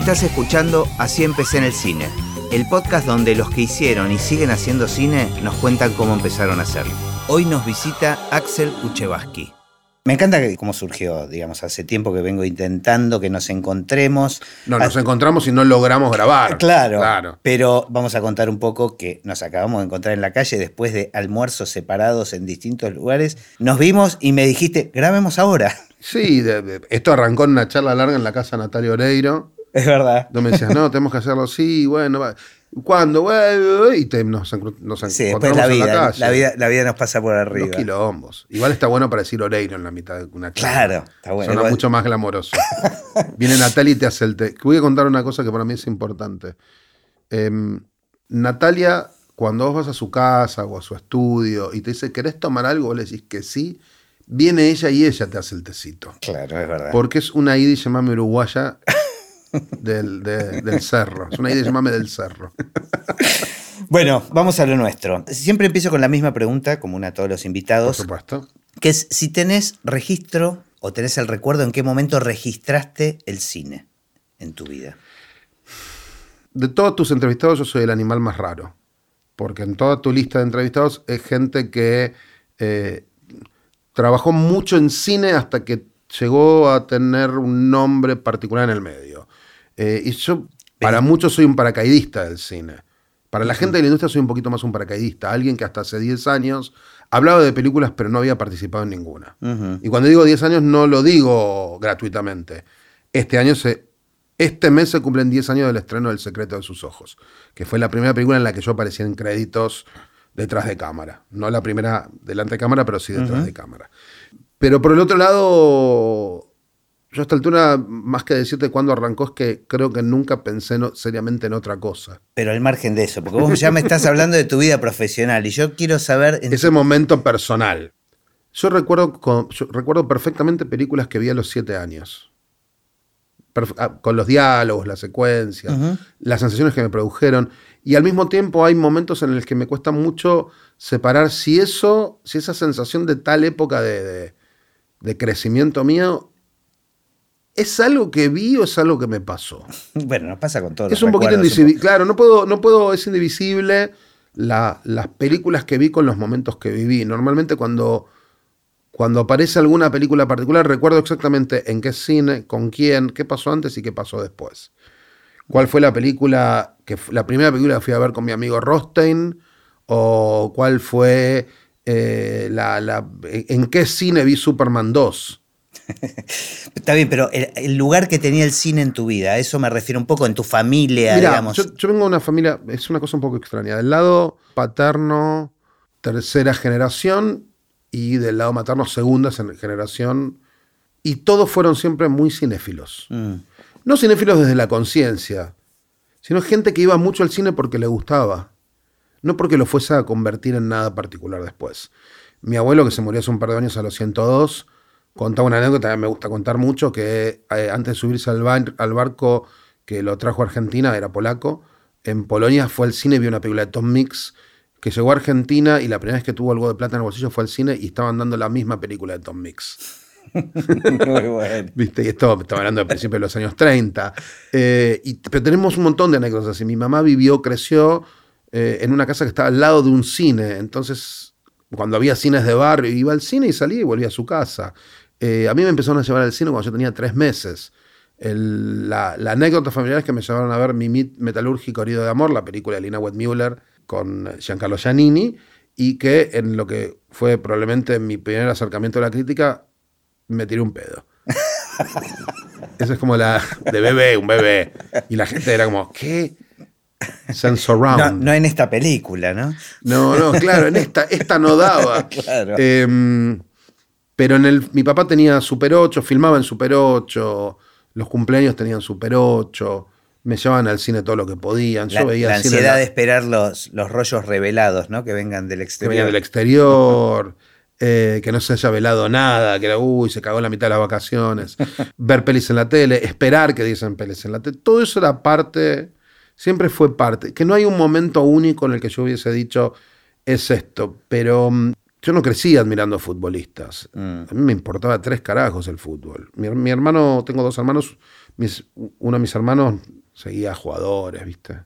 Estás escuchando Así empecé en el cine, el podcast donde los que hicieron y siguen haciendo cine nos cuentan cómo empezaron a hacerlo. Hoy nos visita Axel Kuchevaski. Me encanta cómo surgió, digamos, hace tiempo que vengo intentando que nos encontremos. No, nos encontramos y no logramos grabar. Claro, pero vamos a contar un poco que nos acabamos de encontrar en la calle después de almuerzos separados en distintos lugares. Nos vimos y me dijiste, grabemos ahora. Sí, esto arrancó en una charla larga en la casa de Natalia Oreiro. Es verdad. Tú me decías, no, tenemos que hacerlo así, bueno, va. ¿Cuándo? Bueno, y nos sí, encontramos la vida, en la calle. La vida nos pasa por arriba. Los quilombos. Igual está bueno para decir Oreiro en la mitad de una charla. Claro, está bueno. Suena mucho más glamoroso. Viene Natalia y te hace el té. Voy a contar una cosa que para mí es importante. Natalia, cuando vos vas a su casa o a su estudio y te dice, ¿querés tomar algo? Vos le decís que sí. Viene ella y ella te hace el tecito. Claro, es verdad. Porque es una ida y llamame uruguaya del cerro. Es una idea, llamame del cerro. Bueno, vamos a lo nuestro. Siempre empiezo con la misma pregunta, común a todos los invitados. Por supuesto. Que es si tenés registro o tenés el recuerdo en qué momento registraste el cine en tu vida. De todos tus entrevistados, yo soy el animal más raro. Porque en toda tu lista de entrevistados es gente que trabajó mucho en cine hasta que llegó a tener un nombre particular en el medio. Y yo, para muchos, soy un paracaidista del cine. Para la gente de la industria soy un poquito más un paracaidista. Alguien que hasta hace 10 años hablaba de películas pero no había participado en ninguna. Y cuando digo 10 años no lo digo gratuitamente. Este mes se cumplen 10 años del estreno del Secreto de sus ojos, que fue la primera película en la que yo aparecí en créditos detrás de cámara. No la primera delante de cámara, pero sí detrás de cámara. Pero por el otro lado, yo a esta altura, más que decirte cuándo arrancó, es que creo que nunca pensé seriamente en otra cosa. Pero al margen de eso, porque vos ya me estás hablando de tu vida profesional y yo quiero saber... Ese momento personal. Yo recuerdo perfectamente películas que vi a los 7 años. Con los diálogos, las secuencias, las sensaciones que me produjeron. Y al mismo tiempo hay momentos en los que me cuesta mucho separar si esa sensación de tal época de crecimiento mío es algo que vi o es algo que me pasó. Bueno, nos pasa con todo. Es un poquito indivisible. Claro, no puedo, es indivisible las películas que vi con los momentos que viví. Normalmente cuando aparece alguna película particular, recuerdo exactamente en qué cine, con quién, qué pasó antes y qué pasó después. ¿Cuál fue la primera película que fui a ver con mi amigo Rothstein? ¿O cuál fue en qué cine vi Superman 2? Está bien, pero el lugar que tenía el cine en tu vida, a eso me refiero un poco en tu familia, Mirá, digamos. Yo vengo de una familia, es una cosa un poco extraña. Del lado paterno, tercera generación, y del lado materno, segunda generación. Y todos fueron siempre muy cinéfilos. No cinéfilos desde la conciencia, sino gente que iba mucho al cine porque le gustaba. No porque lo fuese a convertir en nada particular después. Mi abuelo, que se murió hace un par de años a los 102, contaba una anécdota que me gusta contar mucho, que antes de subirse al barco que lo trajo a Argentina, era polaco, en Polonia fue al cine y vio una película de Tom Mix, que llegó a Argentina y la primera vez que tuvo algo de plata en el bolsillo fue al cine y estaban dando la misma película de Tom Mix. Muy bueno. ¿Viste? Y esto estaba hablando de principios de los años 30. Pero tenemos un montón de anécdotas así. Mi mamá creció en una casa que estaba al lado de un cine. Entonces, cuando había cines de barrio, iba al cine y salía y volvía a su casa. A mí me empezaron a llevar al cine cuando yo tenía 3 meses. La anécdota familiar es que me llevaron a ver Mimit Metalúrgico Herido de Amor, la película de Lina Wertmüller con Giancarlo Giannini, y que en lo que fue probablemente mi primer acercamiento a la crítica, me tiré un pedo. Eso es como de bebé, un bebé. Y la gente era como, ¿qué? Sensorround. No en esta película, ¿no? No, claro, en esta no daba. Claro. Pero mi papá tenía Super 8, filmaba en Super 8, los cumpleaños tenían Super 8, me llevaban al cine todo lo que podían. Yo veía la ansiedad de esperar los rollos revelados, ¿no? Que vengan del exterior. Que vengan del exterior. Que no se haya velado nada, que era, se cagó en la mitad de las vacaciones, ver pelis en la tele, esperar que diesen pelis en la tele, todo eso era parte, siempre fue parte, que no hay un momento único en el que yo hubiese dicho, es esto, pero yo no crecí admirando futbolistas, a mí me importaba 3 carajos el fútbol, mi hermano, tengo 2 hermanos, Uno de mis hermanos seguía a jugadores, ¿viste?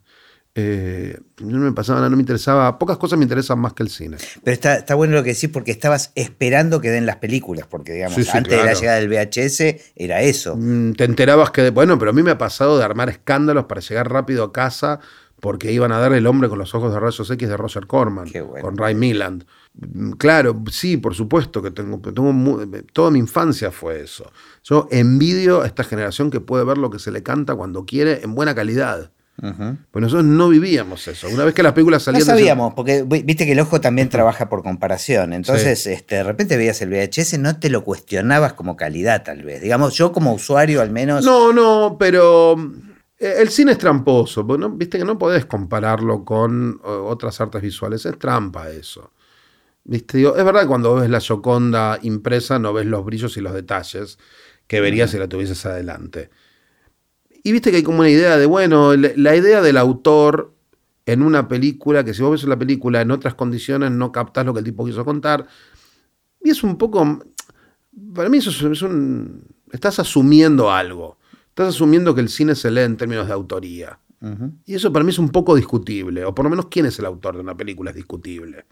No me pasaba nada, no me interesaba. Pocas cosas me interesan más que el cine. Pero está bueno lo que decís porque estabas esperando que den las películas, porque digamos, Sí, antes de la claro. llegada del VHS era eso. Te enterabas que, bueno, pero a mí me ha pasado de armar escándalos para llegar rápido a casa porque iban a dar El hombre con los ojos de rayos X de Roger Corman, Qué bueno. con Ray Milland. Claro, sí, por supuesto que toda mi infancia fue eso. Yo envidio a esta generación que puede ver lo que se le canta cuando quiere en buena calidad. Pues nosotros no vivíamos eso. Una vez que las películas No salían... sabíamos, porque viste que el ojo también trabaja por comparación. Entonces, de repente veías el VHS, no te lo cuestionabas como calidad, tal vez. Digamos, yo como usuario al menos... No, pero el cine es tramposo. ¿No? Viste que no podés compararlo con otras artes visuales. Es trampa eso. ¿Viste? Digo, es verdad que cuando ves la Gioconda impresa no ves los brillos y los detalles que verías si la tuvieses adelante. Y viste que hay como una idea de, bueno, la idea del autor en una película, que si vos ves la película en otras condiciones no captás lo que el tipo quiso contar. Y es un poco, para mí eso es estás asumiendo algo. Estás asumiendo que el cine se lee en términos de autoría. Y eso para mí es un poco discutible, o por lo menos quién es el autor de una película es discutible.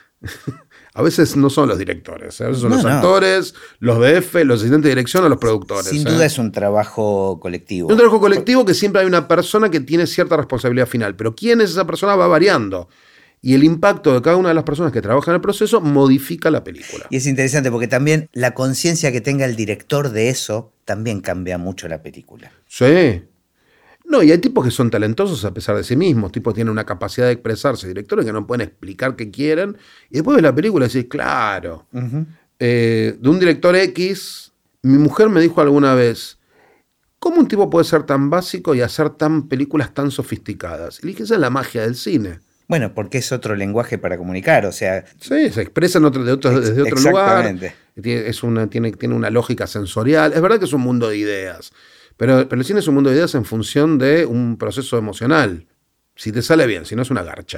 A veces no son los directores, a veces son los actores, los DF, los asistentes de dirección o los productores. Sin duda es un trabajo colectivo. Es un trabajo colectivo que siempre hay una persona que tiene cierta responsabilidad final, pero quién es esa persona va variando. Y el impacto de cada una de las personas que trabajan en el proceso modifica la película. Y es interesante porque también la conciencia que tenga el director de eso también cambia mucho la película. Sí. No, y hay tipos que son talentosos a pesar de sí mismos, tipos que tienen una capacidad de expresarse, directores que no pueden explicar qué quieren, y después ves la película y decís, claro. De un director X, mi mujer me dijo alguna vez, ¿cómo un tipo puede ser tan básico y hacer películas tan sofisticadas? Y le dije, esa es la magia del cine. Bueno, porque es otro lenguaje para comunicar, o sea... Sí, se expresan desde otro lugar, tiene una lógica sensorial, es verdad que es un mundo de ideas. Pero el cine es un mundo de ideas en función de un proceso emocional. Si te sale bien, si no es una garcha.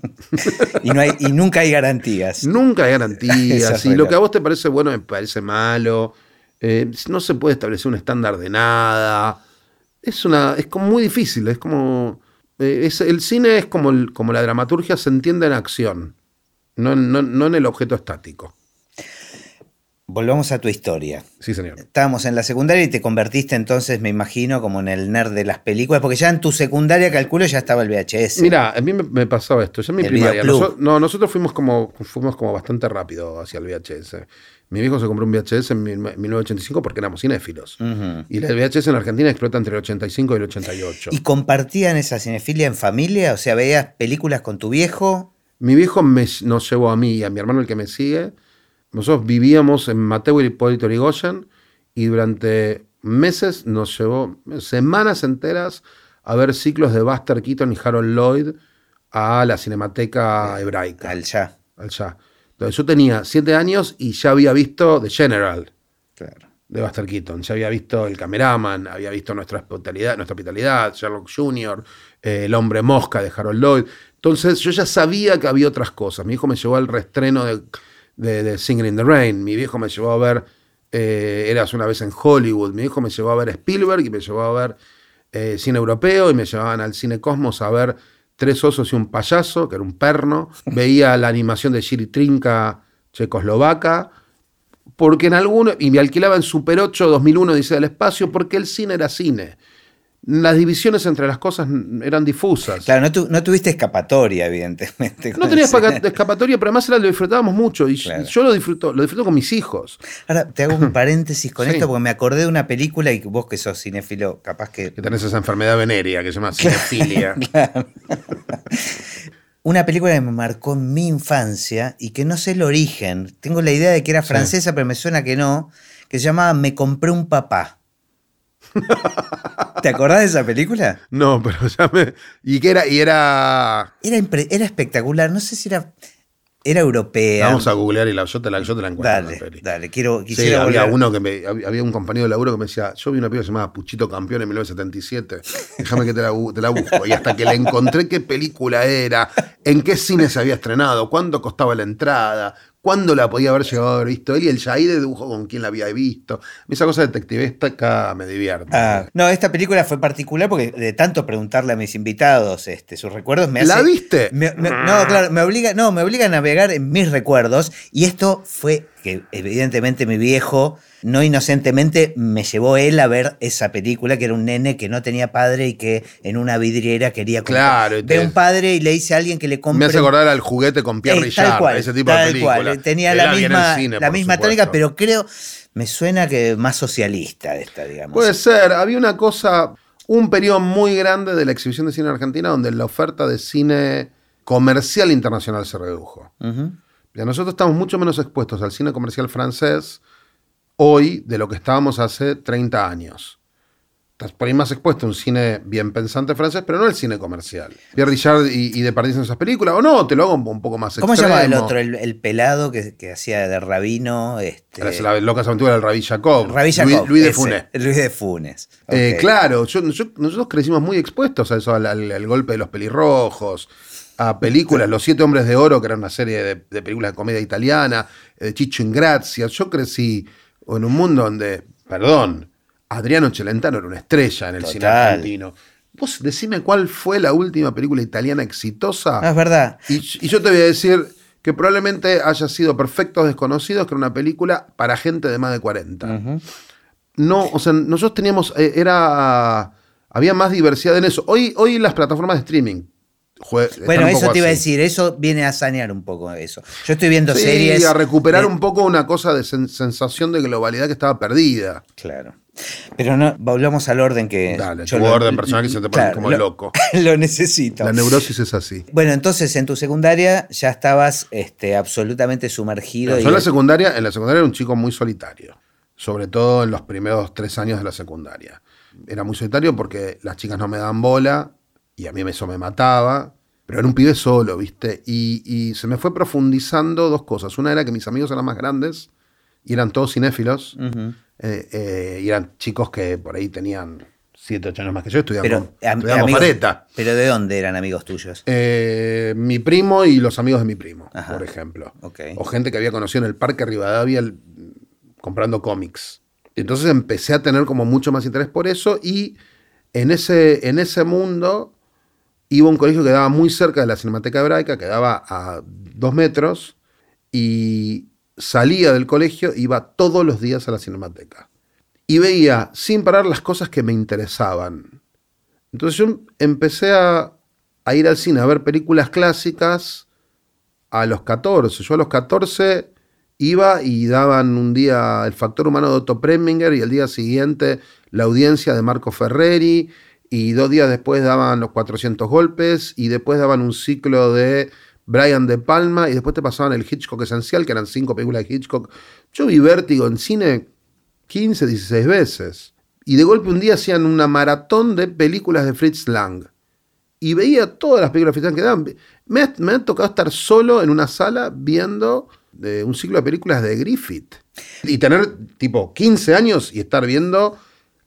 y nunca hay garantías. Nunca hay garantías. Y lo que a vos te parece bueno me parece malo. No se puede establecer un estándar de nada. Es como muy difícil. Es como... el cine es como la dramaturgia se entiende en acción. No en el objeto estático. Volvamos a tu historia. Sí, señor. Estábamos en la secundaria y te convertiste entonces, me imagino, como en el nerd de las películas, porque ya en tu secundaria, calculo, ya estaba el VHS. Mira, a mí me pasaba esto. Yo en mi primaria. Nosotros fuimos como bastante rápido hacia el VHS. Mi viejo se compró un VHS en 1985 porque éramos cinéfilos. Y el VHS en Argentina explota entre el 85 y el 88. ¿Y compartían esa cinefilia en familia? O sea, ¿veías películas con tu viejo? Mi viejo nos llevó a mí y a mi hermano, el que me sigue. Nosotros vivíamos en Mateo y Hipólito Yrigoyen y durante meses nos llevó semanas enteras a ver ciclos de Buster Keaton y Harold Lloyd a la Cinemateca Hebraica. Al ya. Entonces yo tenía 7 años y ya había visto The General, claro, de Buster Keaton. Ya había visto El Cameraman, había visto Nuestra Hospitalidad, Sherlock Jr., El Hombre Mosca de Harold Lloyd. Entonces yo ya sabía que había otras cosas. Mi hijo me llevó al reestreno de Singing in the Rain. Mi viejo me llevó a ver Eras una vez en Hollywood. Mi hijo me llevó a ver Spielberg y me llevó a ver cine europeo y me llevaban al Cine Cosmos a ver Tres osos y un payaso, que era un perno. Veía la animación de Jiri Trinka checoslovaca. Porque y me alquilaba en Super 8 2001 Odisea del Espacio porque el cine era cine. Las divisiones entre las cosas eran difusas. Claro, no tuviste escapatoria, evidentemente. No tenía escapatoria, pero además lo disfrutábamos mucho. Y claro, yo lo disfruto con mis hijos. Ahora, te hago un paréntesis con esto porque me acordé de una película y vos que sos cinéfilo, capaz que tenés esa enfermedad venérea que se llama cinefilia. Claro. Una película que me marcó en mi infancia y que no sé el origen. Tengo la idea de que era francesa, pero me suena que no. Que se llamaba Me compré un papá. ¿Te acordás de esa película? No, pero ya ¿Y qué era? Era espectacular. No sé si era europea. Vamos a googlear y yo te la encuentro. Dale, quisiera había un compañero de laburo que me decía, yo vi una película que se llamaba Puchito Campeón en 1977, déjame que te la busco. Y hasta que la encontré qué película era, en qué cine se había estrenado, cuánto costaba la entrada, ¿Cuándo la podía haber llegado a haber visto él? Y el Jair de dibujo con quién la había visto. Esa cosa detectivesca me divierte. No, esta película fue particular porque de tanto preguntarle a mis invitados sus recuerdos me hace... ¿La viste? No, claro, me obliga a navegar en mis recuerdos y esto fue que evidentemente mi viejo, no inocentemente, me llevó él a ver esa película, que era un nene que no tenía padre y que en una vidriera quería comprar. Claro. Ve un padre y le dice a alguien que le compre... Me hace acordar al Juguete con Pierre Richard, ese tipo de película. Cual. Tenía la misma tónica, pero creo, me suena que más socialista esta, digamos. Puede ser, había una cosa, un periodo muy grande de la exhibición de cine en Argentina donde la oferta de cine comercial internacional se redujo. Nosotros estamos mucho menos expuestos al cine comercial francés hoy de lo que estábamos hace 30 años. Estás por ahí más expuesto a un cine bien pensante francés, pero no el cine comercial. Pierre Richard y Depardieu en esas películas, o no, te lo hago un poco más extremo. ¿Cómo se llamaba el otro? El pelado que hacía de rabino. Las locas aventuras del Rabí Jacob. Luis de Funès. Luis de Funès. Okay. Claro, nosotros crecimos muy expuestos a eso, al golpe de los pelirrojos, a películas, Los Siete Hombres de Oro, que era una serie de películas de comedia italiana, de Chicho Ingrazia. Yo crecí en un mundo donde, Adriano Celentano era una estrella en el cine argentino. Vos decime cuál fue la última película italiana exitosa. Es verdad. Y yo te voy a decir que probablemente haya sido Perfectos Desconocidos, que era una película para gente de más de 40. No, o sea, nosotros teníamos, había más diversidad en eso. Hoy las plataformas de streaming. Bueno, eso te iba a decir, eso viene a sanear un poco eso. Yo estoy viendo series. Y a recuperar un poco una cosa de sensación de globalidad que estaba perdida. Claro. Pero no, volvamos al orden que... Dale, tu orden personal que se te pone como loco. Lo necesito. La neurosis es así. Bueno, entonces en tu secundaria ya estabas absolutamente sumergido. Yo en la secundaria era un chico muy solitario. Sobre todo en los primeros 3 años de la secundaria. Era muy solitario porque las chicas no me daban bola. Y a mí eso me mataba, pero era un pibe solo, ¿viste? Y se me fue profundizando 2 cosas. Una era que mis amigos eran más grandes y eran todos cinéfilos. Y eran chicos que por ahí tenían 7, 8 años más que yo, estudiamos Fareta. ¿Pero de dónde eran amigos tuyos? Mi primo y los amigos de mi primo, por ejemplo. Okay. O gente que había conocido en el Parque Rivadavia comprando cómics. Entonces empecé a tener como mucho más interés por eso y en ese mundo... Iba a un colegio que quedaba muy cerca de la Cinemateca Hebraica, quedaba a 2 metros, y salía del colegio, iba todos los días a la Cinemateca. Y veía sin parar las cosas que me interesaban. Entonces yo empecé a ir al cine a ver películas clásicas a los 14. Yo a los 14 iba y daban un día El Factor Humano de Otto Preminger y el día siguiente La Audiencia de Marco Ferreri. Y 2 días después daban Los 400 Golpes, y después daban un ciclo de Brian De Palma, y después te pasaban el Hitchcock Esencial, que eran 5 películas de Hitchcock. Yo vi Vértigo en cine 15, 16 veces. Y de golpe un día hacían una maratón de películas de Fritz Lang. Y veía todas las películas de Fritz Lang que daban. Me ha tocado estar solo en una sala viendo un ciclo de películas de Griffith. Y tener tipo 15 años y estar viendo...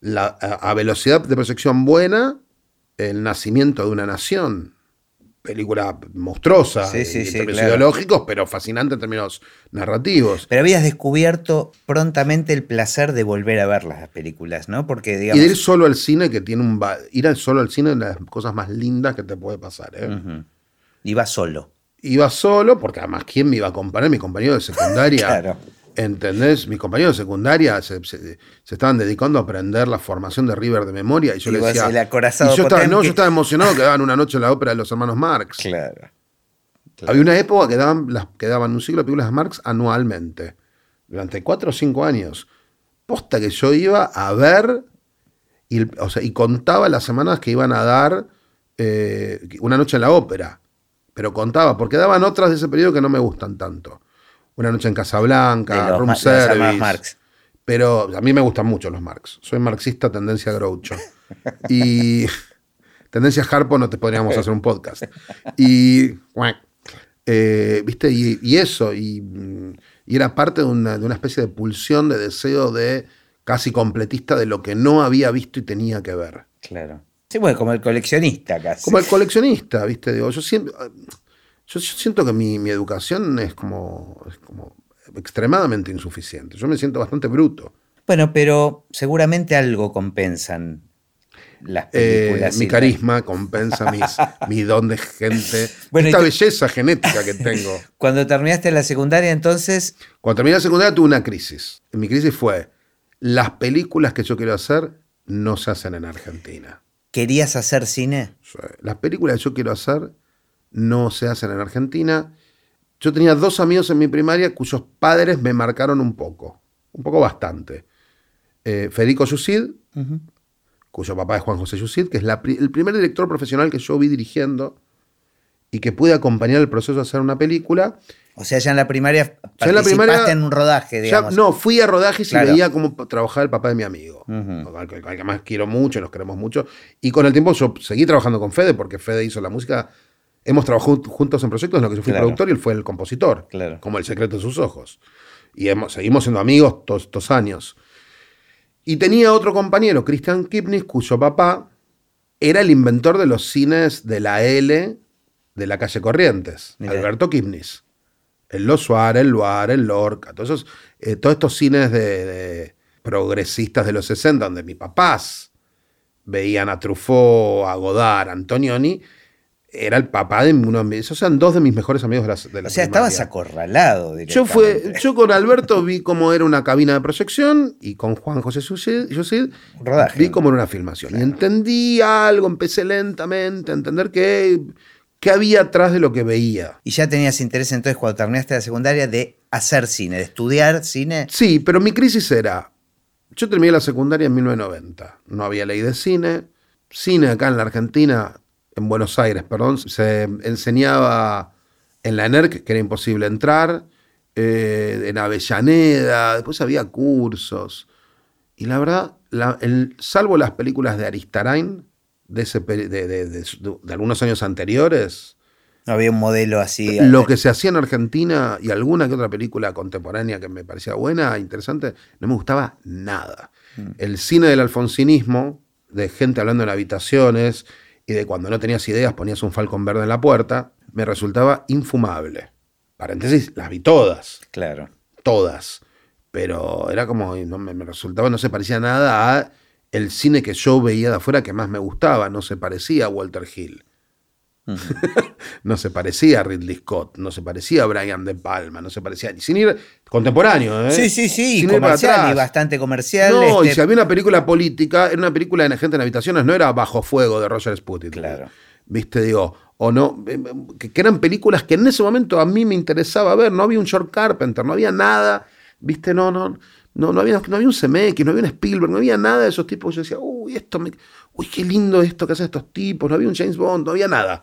a velocidad de proyección buena, El Nacimiento de una Nación. Película monstruosa en términos ideológicos, pero fascinante en términos narrativos. Pero habías descubierto prontamente el placer de volver a ver las películas, ¿no? Porque, digamos... Y de ir solo al cine, que tiene ir solo al cine es una de las cosas más lindas que te puede pasar. Iba solo. Iba solo, porque además, ¿quién me iba a acompañar? Mi compañero de secundaria. Claro. ¿Entendés? Mis compañeros de secundaria se estaban dedicando a aprender la formación de River de memoria y yo les decía... yo estaba emocionado que daban una noche en la ópera de los hermanos Marx. Claro. Había una época que daban un ciclo de películas de Marx anualmente, durante 4 o 5 años. Posta que yo iba a ver y contaba las semanas que iban a dar una noche en la ópera. Pero contaba, porque daban otras de ese periodo que no me gustan tanto. Una noche en Casablanca, Room Service. Marx. Pero a mí me gustan mucho los Marx. Soy marxista, tendencia Groucho. Y tendencia Harpo no te podríamos hacer un podcast. Y ¿viste? Y eso. Y era parte de una especie de pulsión, de deseo de casi completista de lo que no había visto y tenía que ver. Claro. Sí, bueno, como el coleccionista casi. Como el coleccionista, ¿viste? Digo, yo Yo siento que mi educación es como extremadamente insuficiente. Yo me siento bastante bruto. Bueno, pero seguramente algo compensan las películas. Mi carisma compensa mi don de gente. Bueno, esta belleza genética que tengo. Cuando terminaste la secundaria, entonces... Cuando terminé la secundaria tuve una crisis. Mi crisis fue, las películas que yo quiero hacer no se hacen en Argentina. ¿Querías hacer cine? Las películas que yo quiero hacer no se hacen en Argentina. Yo tenía 2 amigos en mi primaria cuyos padres me marcaron un poco bastante. Federico Yusid, cuyo papá es Juan José Yusid, que es el primer director profesional que yo vi dirigiendo y que pude acompañar el proceso de hacer una película. O sea, ya en la primaria participaste en un rodaje, digamos. No, fui a rodajes Claro. y veía cómo trabajaba el papá de mi amigo, al que más quiero mucho, nos queremos mucho. Y con el tiempo yo seguí trabajando con Fede, porque Fede hizo la música. Hemos trabajado juntos en proyectos en los que yo fui productor y él fue el compositor, como El secreto de sus ojos. Y seguimos siendo amigos todos estos años. Y tenía otro compañero, Christian Kipnis, cuyo papá era el inventor de los cines de la L de la calle Corrientes, Alberto Kipnis. El Los Suárez, el Luar, el Lorca, todos estos cines de progresistas de los 60, donde mis papás veían a Truffaut, a Godard, a Antonioni, era el papá de uno de mis... Esos eran 2 de mis mejores amigos de la O sea, primaria. estabas acorralado directamente. Yo con Alberto vi cómo era una cabina de proyección y con Juan José Yusid vi cómo era una filmación. Claro. Y entendí algo, empecé lentamente a entender qué había atrás de lo que veía. ¿Y ya tenías interés entonces cuando terminaste la secundaria de hacer cine, de estudiar cine? Sí, pero mi crisis era... Yo terminé la secundaria en 1990. No había ley de cine. Cine acá en la Argentina... En Buenos Aires, perdón, se enseñaba en la ENERC, que era imposible entrar, en Avellaneda, después había cursos. Y la verdad, salvo las películas de Aristarain, de algunos años anteriores... No había un modelo así. Lo que se hacía en Argentina y alguna que otra película contemporánea que me parecía buena, interesante, no me gustaba nada. El cine del alfonsinismo, de gente hablando en habitaciones... y de cuando no tenías ideas ponías un falcón verde en la puerta, me resultaba infumable. Paréntesis, las vi todas. Claro. Todas. Pero era como, me resultaba, no se parecía nada a el cine que yo veía de afuera que más me gustaba. No se parecía a Walter Hill. No se parecía a Ridley Scott. No se parecía a Brian De Palma. No se parecía, ni sin ir contemporáneo, ¿eh? Sí, comercial y bastante comercial. No, y si había una película política, era una película de gente en habitaciones, no era Bajo Fuego de Roger Sputnik. Claro. ¿Viste? Digo, o no, que eran películas que en ese momento a mí me interesaba ver. No había un George Carpenter, no había nada. ¿Viste? No había un Zemeckis, no había un Spielberg, no había nada de esos tipos. Yo decía, uy, qué lindo esto que hacen estos tipos. No había un James Bond, no había nada.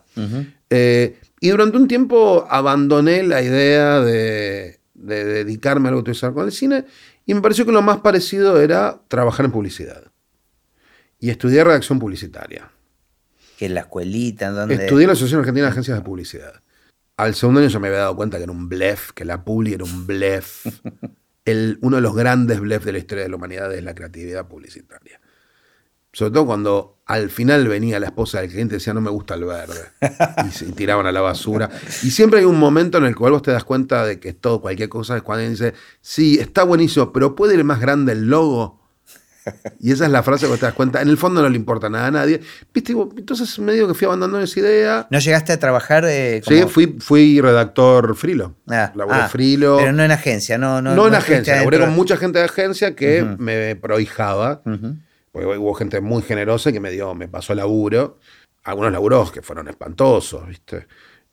Y durante un tiempo abandoné la idea de dedicarme a algo que tuviese que ver con el cine, y me pareció que lo más parecido era trabajar en publicidad. Y estudié redacción publicitaria. ¿Que en la escuelita? ¿Dónde? Estudié en la Asociación Argentina de Agencias de Publicidad. Al segundo año yo me había dado cuenta que era un blef, que la publi era un blef. Uno de los grandes blefs de la historia de la humanidad es la creatividad publicitaria. Sobre todo cuando al final venía la esposa del cliente y decía, no me gusta el verde. Y tiraban a la basura. Y siempre hay un momento en el cual vos te das cuenta de que es todo, cualquier cosa, es cuando alguien dice, sí, está buenísimo, pero ¿puede ir más grande el logo? Y esa es la frase que vos te das cuenta. En el fondo no le importa nada a nadie. ¿Viste? Entonces medio que fui abandonando esa idea. ¿No llegaste a trabajar? Sí, fui redactor frilo. Laboré frilo. Pero no en agencia. No en agencia. Laboré con mucha gente de agencia que me prohijaba. Porque hubo gente muy generosa que me pasó laburo. Algunos laburos que fueron espantosos, ¿viste?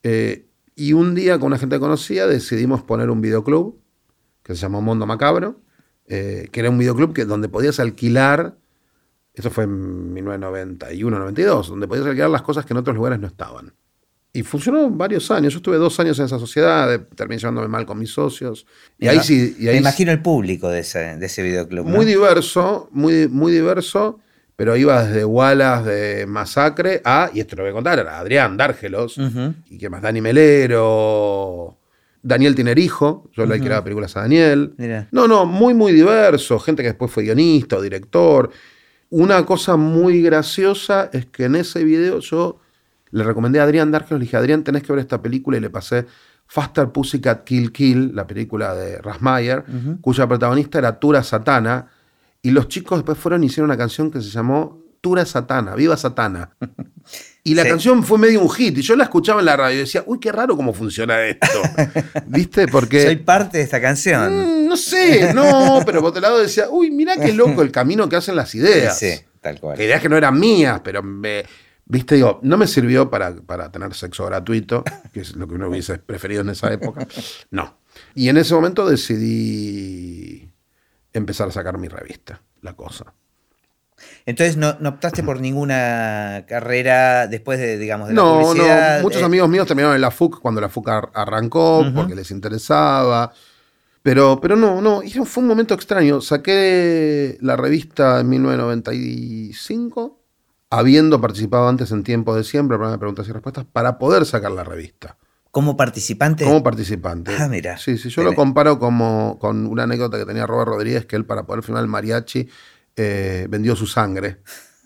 Y un día con una gente conocida decidimos poner un videoclub que se llamó Mundo Macabro, que era un videoclub donde podías alquilar, eso fue en 1991, 92, donde podías alquilar las cosas que en otros lugares no estaban. Y funcionó varios años. Yo estuve 2 años en esa sociedad, terminé llevándome mal con mis socios. Me imagino el público de ese videoclub, ¿no? Muy diverso, muy diverso, pero iba desde Wallace de Masacre a, y esto lo voy a contar, era Adrián Dárgelos, y que más, Dani Melero, Daniel Tinerijo, yo le alquilaba películas a Daniel. Mirá. No, muy diverso, gente que después fue guionista o director. Una cosa muy graciosa es que en ese video yo le recomendé a Adrián Dargelos, le dije, Adrián, tenés que ver esta película, y le pasé Faster Pussycat Kill Kill, la película de Rasmayer, cuya protagonista era Tura Satana, y los chicos después fueron y hicieron una canción que se llamó Tura Satana, Viva Satana. Y la canción fue medio un hit, y yo la escuchaba en la radio y decía, uy, qué raro cómo funciona esto. ¿Viste? Porque... Soy parte de esta canción. No sé, no, pero por otro lado decía, uy, mirá qué loco el camino que hacen las ideas. Sí, tal cual. Ideas que no eran mías, pero viste, digo, no me sirvió para tener sexo gratuito, que es lo que uno hubiese preferido en esa época. No. Y en ese momento decidí empezar a sacar mi revista, La Cosa. Entonces no optaste por ninguna carrera después de, digamos, de la publicidad. No, muchos amigos míos terminaron en la FUC cuando la FUC arrancó, porque les interesaba. Pero no, fue un momento extraño. Saqué la revista en 1995, habiendo participado antes en Tiempo de Siempre, el programa de preguntas y respuestas, para poder sacar la revista. ¿Como participante? Como participante. Ah, mira. Sí, yo lo comparo con una anécdota que tenía Robert Rodríguez, que él, para poder filmar el mariachi, vendió su sangre.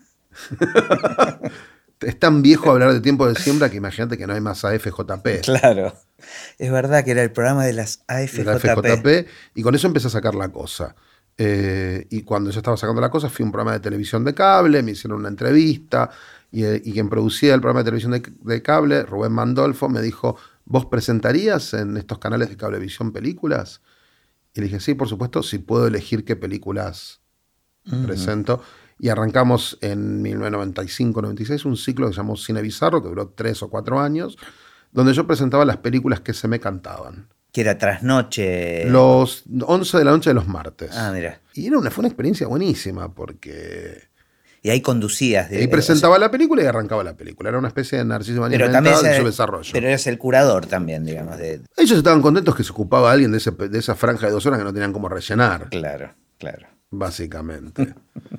Es tan viejo hablar de Tiempo de Siembra que imagínate que no hay más AFJP. Claro, es verdad que era el programa de las AFJP. De la AFJP, y con eso empecé a sacar La Cosa. Y cuando yo estaba sacando La Cosa, fui a un programa de televisión de cable, me hicieron una entrevista, y quien producía el programa de televisión de cable, Rubén Mandolfo, me dijo, ¿vos presentarías en estos canales de Cablevisión películas? Y le dije, sí, por supuesto, si puedo elegir qué películas presento. Y arrancamos en 1995-96 un ciclo que se llamó Cine Bizarro, que duró 3 o 4 años, donde yo presentaba las películas que se me cantaban. Que era trasnoche. Los 11 de la noche de los martes. Ah, mira. Y fue una experiencia buenísima, porque... Y ahí conducías. Ahí presentaba la película y arrancaba la película. Era una especie de Narciso María Mental de su desarrollo. Pero eras el curador también, digamos. Ellos estaban contentos que se ocupaba alguien de esa franja de 2 horas que no tenían cómo rellenar. Claro. Básicamente.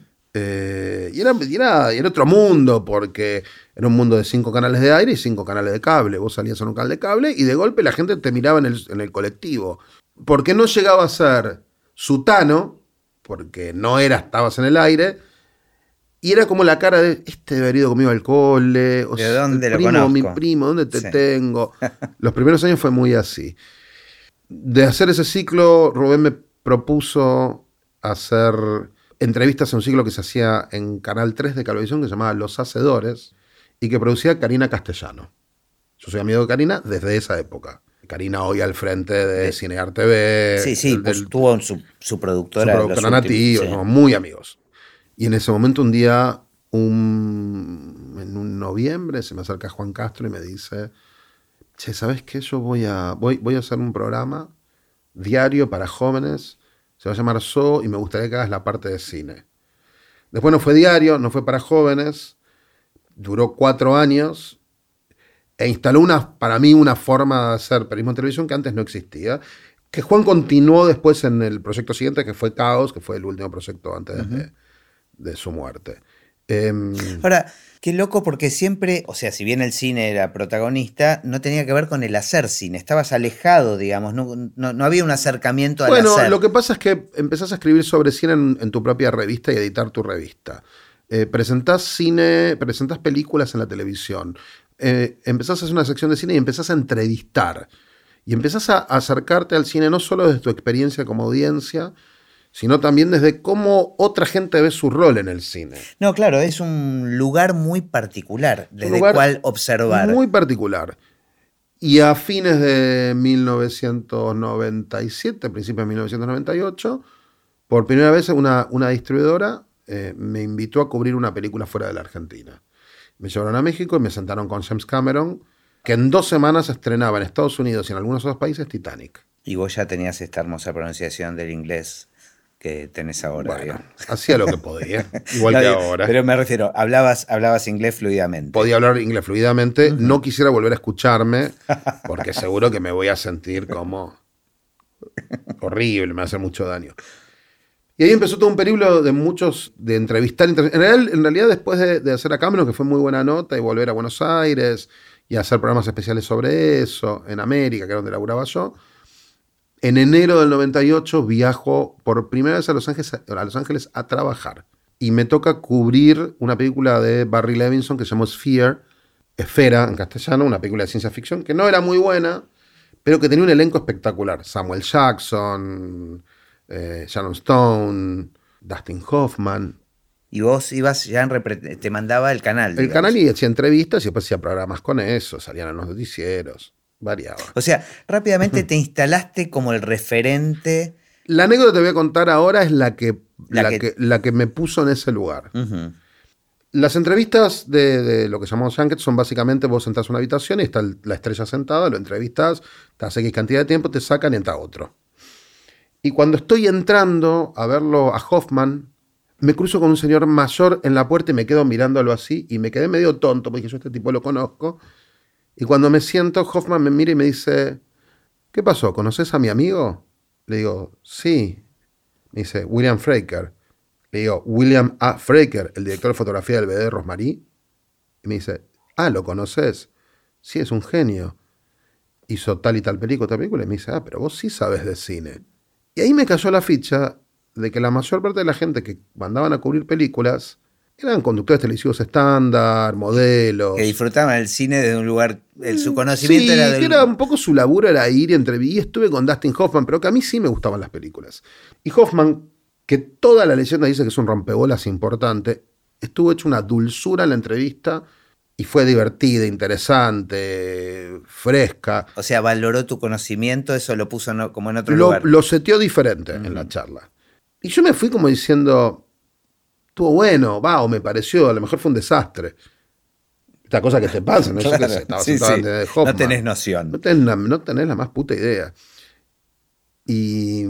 Y era otro mundo, porque era un mundo de 5 canales de aire y 5 canales de cable. Vos salías en un canal de cable y de golpe la gente te miraba en el colectivo. Porque no llegaba a ser sutano, porque estabas en el aire, y era como la cara de, debe haber ido conmigo al cole, o ¿de dónde lo conozco? Mi primo, ¿dónde te tengo? Los primeros años fue muy así. De hacer ese ciclo, Rubén me propuso hacer entrevistas en un ciclo que se hacía en Canal 3 de Cablevisión, que se llamaba Los Hacedores, y que producía Karina Castellano. Yo soy amigo de Karina desde esa época. Karina hoy al frente de Cinear TV. Sí, pues tuvo su productora. Su productora Nati, somos muy amigos. Y en ese momento un día, en un noviembre, se me acerca Juan Castro y me dice, che, ¿sabes qué? Yo voy a hacer un programa diario para jóvenes, se va a llamar So, y me gustaría que hagas la parte de cine. Después no fue diario, no fue para jóvenes, duró 4 años, e instaló para mí una forma de hacer periodismo en televisión que antes no existía, que Juan continuó después en el proyecto siguiente, que fue Caos, que fue el último proyecto antes de su muerte. Ahora, qué loco, porque siempre, o sea, si bien el cine era protagonista, no tenía que ver con el hacer cine, estabas alejado, digamos, no había un acercamiento al hacer. Bueno, lo que pasa es que empezás a escribir sobre cine en tu propia revista y editar tu revista. Presentás cine, presentás películas en la televisión, empezás a hacer una sección de cine y empezás a entrevistar. Y empezás a acercarte al cine no solo desde tu experiencia como audiencia, sino también desde cómo otra gente ve su rol en el cine. No, claro, es un lugar muy particular desde el cual observar. Muy particular. Y a fines de 1997, principios de 1998, por primera vez una distribuidora me invitó a cubrir una película fuera de la Argentina. Me llevaron a México y me sentaron con James Cameron, que en 2 semanas estrenaba en Estados Unidos y en algunos otros países Titanic. Y vos ya tenías esta hermosa pronunciación del inglés que tenés ahora. Bueno, hacía lo que podía, igual que ahora. Pero me refiero, hablabas inglés fluidamente. Podía hablar inglés fluidamente, no quisiera volver a escucharme, porque seguro que me voy a sentir como horrible, me va a hacer mucho daño. Y ahí empezó todo un periplo de entrevistar. En realidad, después de hacer a Cameron, que fue muy buena nota, y volver a Buenos Aires, y hacer programas especiales sobre eso, en América, que era donde laburaba yo, en enero del 98 viajo por primera vez a Los Ángeles a trabajar. Y me toca cubrir una película de Barry Levinson que se llamó Sphere, Esfera, en castellano, una película de ciencia ficción que no era muy buena, pero que tenía un elenco espectacular. Samuel Jackson, Sharon Stone, Dustin Hoffman. Y vos ibas ya te mandaba el canal, El digamos. canal y hacía entrevistas y después hacía programas con eso, salían en los noticieros, variaba. O sea, rápidamente te instalaste como el referente. La anécdota que te voy a contar ahora es la que me puso en ese lugar. Uh-huh. Las entrevistas de lo que llamamos junkets son básicamente vos entras a una habitación y está la estrella sentada, lo entrevistas, te hace X cantidad de tiempo, te sacan y entra otro. Y cuando estoy entrando a verlo a Hoffman, me cruzo con un señor mayor en la puerta y me quedo mirándolo así y me quedé medio tonto porque yo este tipo lo conozco. Y cuando me siento, Hoffman me mira y me dice, ¿qué pasó? ¿Conoces a mi amigo? Le digo, sí. Me dice, William Fraker. Le digo, William A. Fraker, el director de fotografía del BD de Rosmarie. Y me dice, ¿lo conoces? Sí, es un genio. Hizo tal y tal película. Y me dice, pero vos sí sabes de cine. Y ahí me cayó la ficha de que la mayor parte de la gente que mandaban a cubrir películas eran conductores televisivos estándar, modelos. Que disfrutaban el cine desde un lugar, su conocimiento era del... que era un poco su laburo, era ir y estuve con Dustin Hoffman, pero que a mí sí me gustaban las películas. Y Hoffman, que toda la leyenda dice que es un rompebolas importante, estuvo hecho una dulzura en la entrevista y fue divertida, interesante, fresca. O sea, valoró tu conocimiento, eso lo puso como en otro lugar. Lo seteó diferente en la charla. Y yo me fui como diciendo, estuvo bueno, o me pareció, a lo mejor fue un desastre. Esta cosa que te pasa, ¿no? Claro, Yo que sé, estaba sentado antes de Hoffman. No tenés noción. No tenés la más puta idea. Y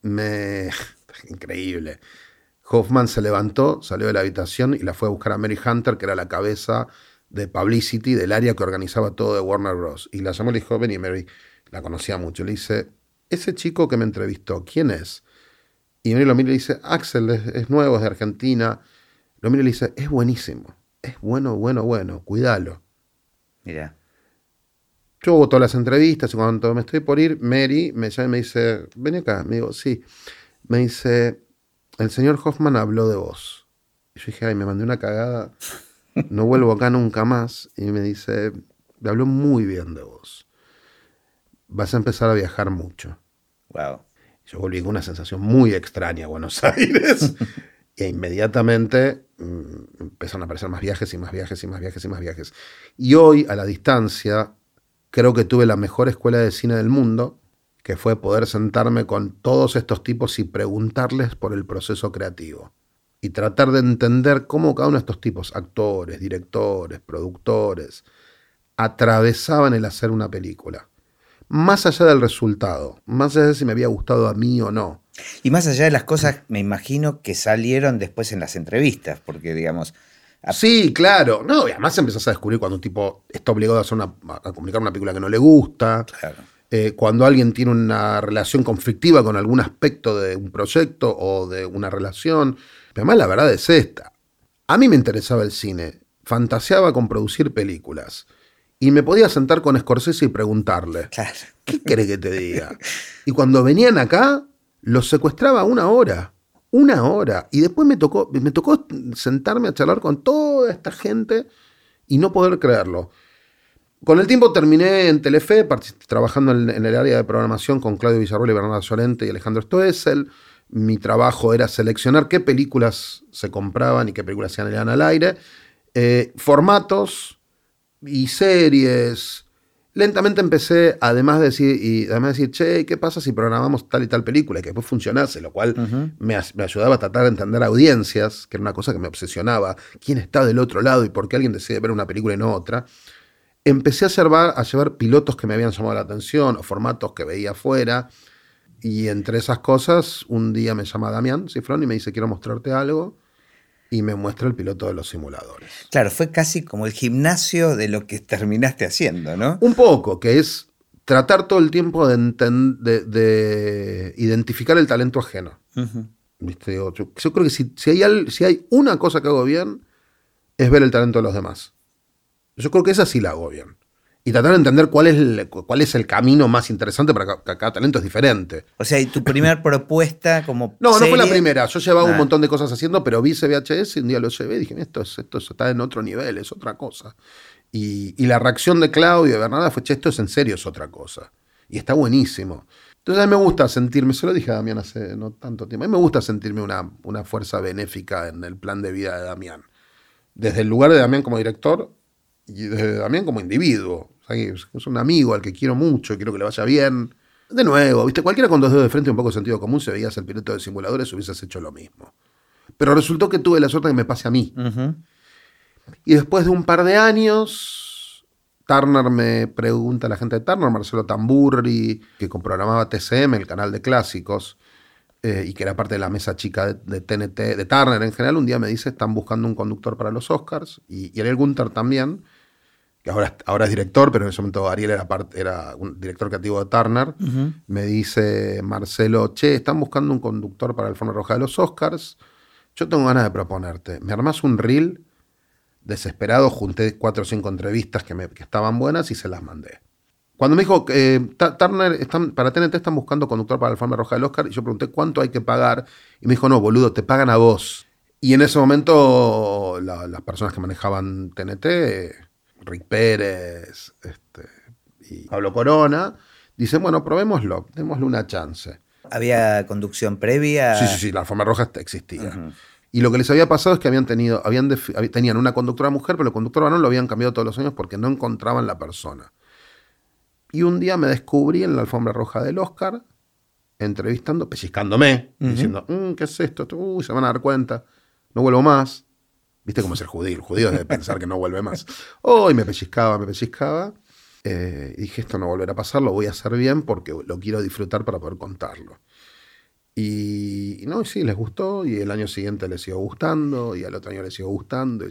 increíble. Hoffman se levantó, salió de la habitación y la fue a buscar a Mary Hunter, que era la cabeza de publicity del área que organizaba todo de Warner Bros. Y la llamó y le dijo, vení Mary, la conocía mucho. Le dice, ese chico que me entrevistó, ¿quién es? Y Mary lo mira y le dice, Axel, es nuevo, es de Argentina. Lo mira y le dice, es buenísimo, es bueno, cuídalo. Mira. Yo hago todas las entrevistas y cuando me estoy por ir, Mary me llama y me dice, ven acá. Me digo, sí. Me dice, el señor Hoffman habló de vos. Y yo dije, me mandé una cagada, no vuelvo acá nunca más. Y me dice, me habló muy bien de vos. Vas a empezar a viajar mucho. Wow. Yo volví con una sensación muy extraña a Buenos Aires. E inmediatamente empezaron a aparecer más viajes y más viajes y más viajes y más viajes. Y hoy, a la distancia, creo que tuve la mejor escuela de cine del mundo, que fue poder sentarme con todos estos tipos y preguntarles por el proceso creativo. Y tratar de entender cómo cada uno de estos tipos, actores, directores, productores, atravesaban el hacer una película. Más allá del resultado, más allá de si me había gustado a mí o no. Y más allá de las cosas, me imagino que salieron después en las entrevistas, porque digamos... Sí, claro. No, y además empezás a descubrir cuando un tipo está obligado a comunicar una película que no le gusta. Claro. Cuando alguien tiene una relación conflictiva con algún aspecto de un proyecto o de una relación. Pero además la verdad es esta. A mí me interesaba el cine. Fantaseaba con producir películas. Y me podía sentar con Scorsese y preguntarle, Claro. ¿qué querés que te diga? Y cuando venían acá, los secuestraba 1 hora. 1 hora. Y después me tocó sentarme a charlar con toda esta gente y no poder creerlo. Con el tiempo terminé en Telefe, trabajando en el área de programación con Claudio Villarroel y Bernardo Llorente y Alejandro Stoessel. Mi trabajo era seleccionar qué películas se compraban y qué películas se salían al aire. Formatos y series. Lentamente empecé, además de decir, che, ¿qué pasa si programamos tal y tal película? Y que después funcionase, lo cual me ayudaba a tratar de entender audiencias, que era una cosa que me obsesionaba. ¿Quién está del otro lado y por qué alguien decide ver una película y no otra? Empecé a llevar pilotos que me habían llamado la atención o formatos que veía afuera. Y entre esas cosas, un día me llama Damián Cifrón y me dice, quiero mostrarte algo. Y me muestra el piloto de los simuladores. Claro, fue casi como el gimnasio de lo que terminaste haciendo, ¿no? Un poco, que es tratar todo el tiempo de identificar el talento ajeno. Uh-huh. ¿Viste? Yo creo que si hay una cosa que hago bien, es ver el talento de los demás. Yo creo que esa sí la hago bien. Y tratar de entender cuál es el camino más interesante para que cada talento es diferente. O sea, ¿y tu primera propuesta como No serie? No fue la primera. Yo llevaba un montón de cosas haciendo, pero vi ese VHS y un día lo llevé y dije, esto está en otro nivel, es otra cosa. Y la reacción de Claudio y de Bernarda fue, che, esto es en serio, es otra cosa. Y está buenísimo. Entonces a mí me gusta sentirme, se lo dije a Damián hace no tanto tiempo, a mí me gusta sentirme una fuerza benéfica en el plan de vida de Damián. Desde el lugar de Damián como director y desde Damián como individuo. O sea, es un amigo al que quiero mucho, quiero que le vaya bien. De nuevo, ¿viste? Cualquiera con dos dedos de frente y un poco de sentido común, si veías el piloto de simuladores, hubieses hecho lo mismo. Pero resultó que tuve la suerte de que me pase a mí. Uh-huh. Y después de un par de años, Turner me pregunta, la gente de Turner, Marcelo Tamburri, que programaba TCM, el canal de clásicos, y que era parte de la mesa chica de TNT, de Turner en general, un día me dice, están buscando un conductor para los Oscars, y Ariel Gunther también, que ahora es director, pero en ese momento Ariel era un director creativo de Turner, Uh-huh. me dice Marcelo, che, están buscando un conductor para la alfombra roja de los Oscars, yo tengo ganas de proponerte, ¿me armás un reel? Desesperado, junté 4 o 5 entrevistas que estaban buenas y se las mandé. Cuando me dijo, Turner, para TNT están buscando conductor para la alfombra roja del Oscar, y yo pregunté cuánto hay que pagar, y me dijo, no, boludo, te pagan a vos. Y en ese momento las personas que manejaban TNT, Rick Pérez y Pablo Corona, dicen, bueno, probémoslo, démosle una chance. ¿Había conducción previa? Sí, la alfombra roja existía. Uh-huh. Y lo que les había pasado es que tenían una conductora mujer, pero el conductor varón lo habían cambiado todos los años porque no encontraban la persona. Y un día me descubrí en la alfombra roja del Oscar, entrevistando, pellizcándome, uh-huh, diciendo, ¿qué es esto? Se van a dar cuenta, no vuelvo más. ¿Viste cómo es el judío debe pensar que no vuelve más. Y me pellizcaba. Y dije, esto no volverá a pasar, lo voy a hacer bien porque lo quiero disfrutar para poder contarlo. Y sí, les gustó, y el año siguiente les siguió gustando, y al otro año les siguió gustando,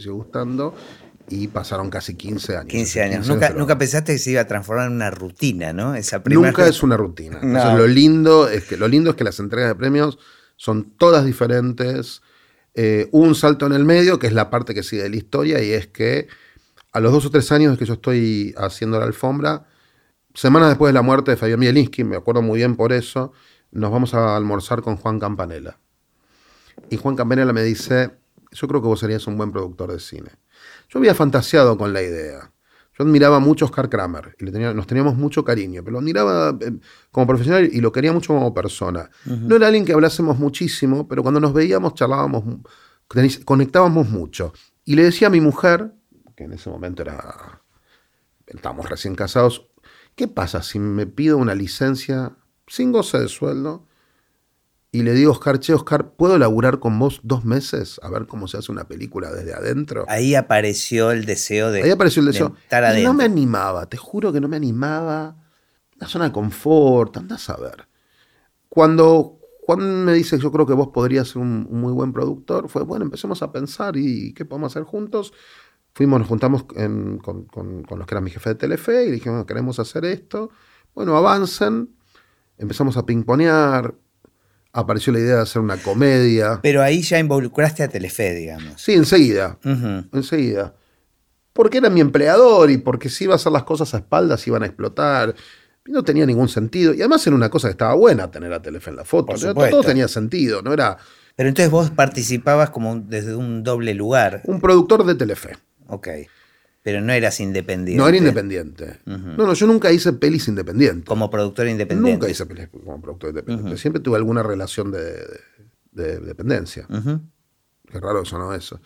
y pasaron casi 15 años. 15 años. Nunca pensaste que se iba a transformar en una rutina, ¿no? Nunca es una rutina. No. Entonces, lo lindo es que las entregas de premios son todas diferentes. Un salto en el medio, que es la parte que sigue de la historia, y es que a los 2 o 3 años de que yo estoy haciendo la alfombra, semanas después de la muerte de Fabián Bielinski, me acuerdo muy bien por eso, nos vamos a almorzar con Juan Campanella. Y Juan Campanella me dice, yo creo que vos serías un buen productor de cine. Yo había fantaseado con la idea. Yo admiraba mucho a Oscar Kramer, y nos teníamos mucho cariño, pero lo admiraba como profesional y lo quería mucho como persona. Uh-huh. No era alguien que hablásemos muchísimo, pero cuando nos veíamos charlábamos, conectábamos mucho. Y le decía a mi mujer, que en ese momento estábamos recién casados, ¿qué pasa si me pido una licencia sin goce de sueldo y le digo a Oscar, che, Oscar, ¿puedo laburar con vos 2 meses a ver cómo se hace una película desde adentro? Ahí apareció el deseo de estar adentro. Y no me animaba, te juro que no me animaba. Una zona de confort, andás a ver. Cuando Juan me dice, yo creo que vos podrías ser un muy buen productor, fue, bueno, empecemos a pensar y qué podemos hacer juntos. Nos juntamos con los que eran mi jefe de Telefe y dijimos, bueno, queremos hacer esto. Bueno, avancen. Empezamos a pingponear. Apareció la idea de hacer una comedia. Pero ahí ya involucraste a Telefe, digamos. Sí, enseguida. Uh-huh. Enseguida. Porque era mi empleador y porque si iba a hacer las cosas a espaldas iban a explotar. No tenía ningún sentido. Y además era una cosa que estaba buena tener a Telefe en la foto. Todo tenía sentido, no era... Pero entonces vos participabas como desde un doble lugar. Un productor de Telefe. Ok. Pero no eras independiente. No era independiente. Uh-huh. No, yo nunca hice pelis independientes. Como productor independiente. Nunca hice pelis como productor independiente. Uh-huh. Siempre tuve alguna relación de dependencia. Uh-huh. Qué raro sonó eso.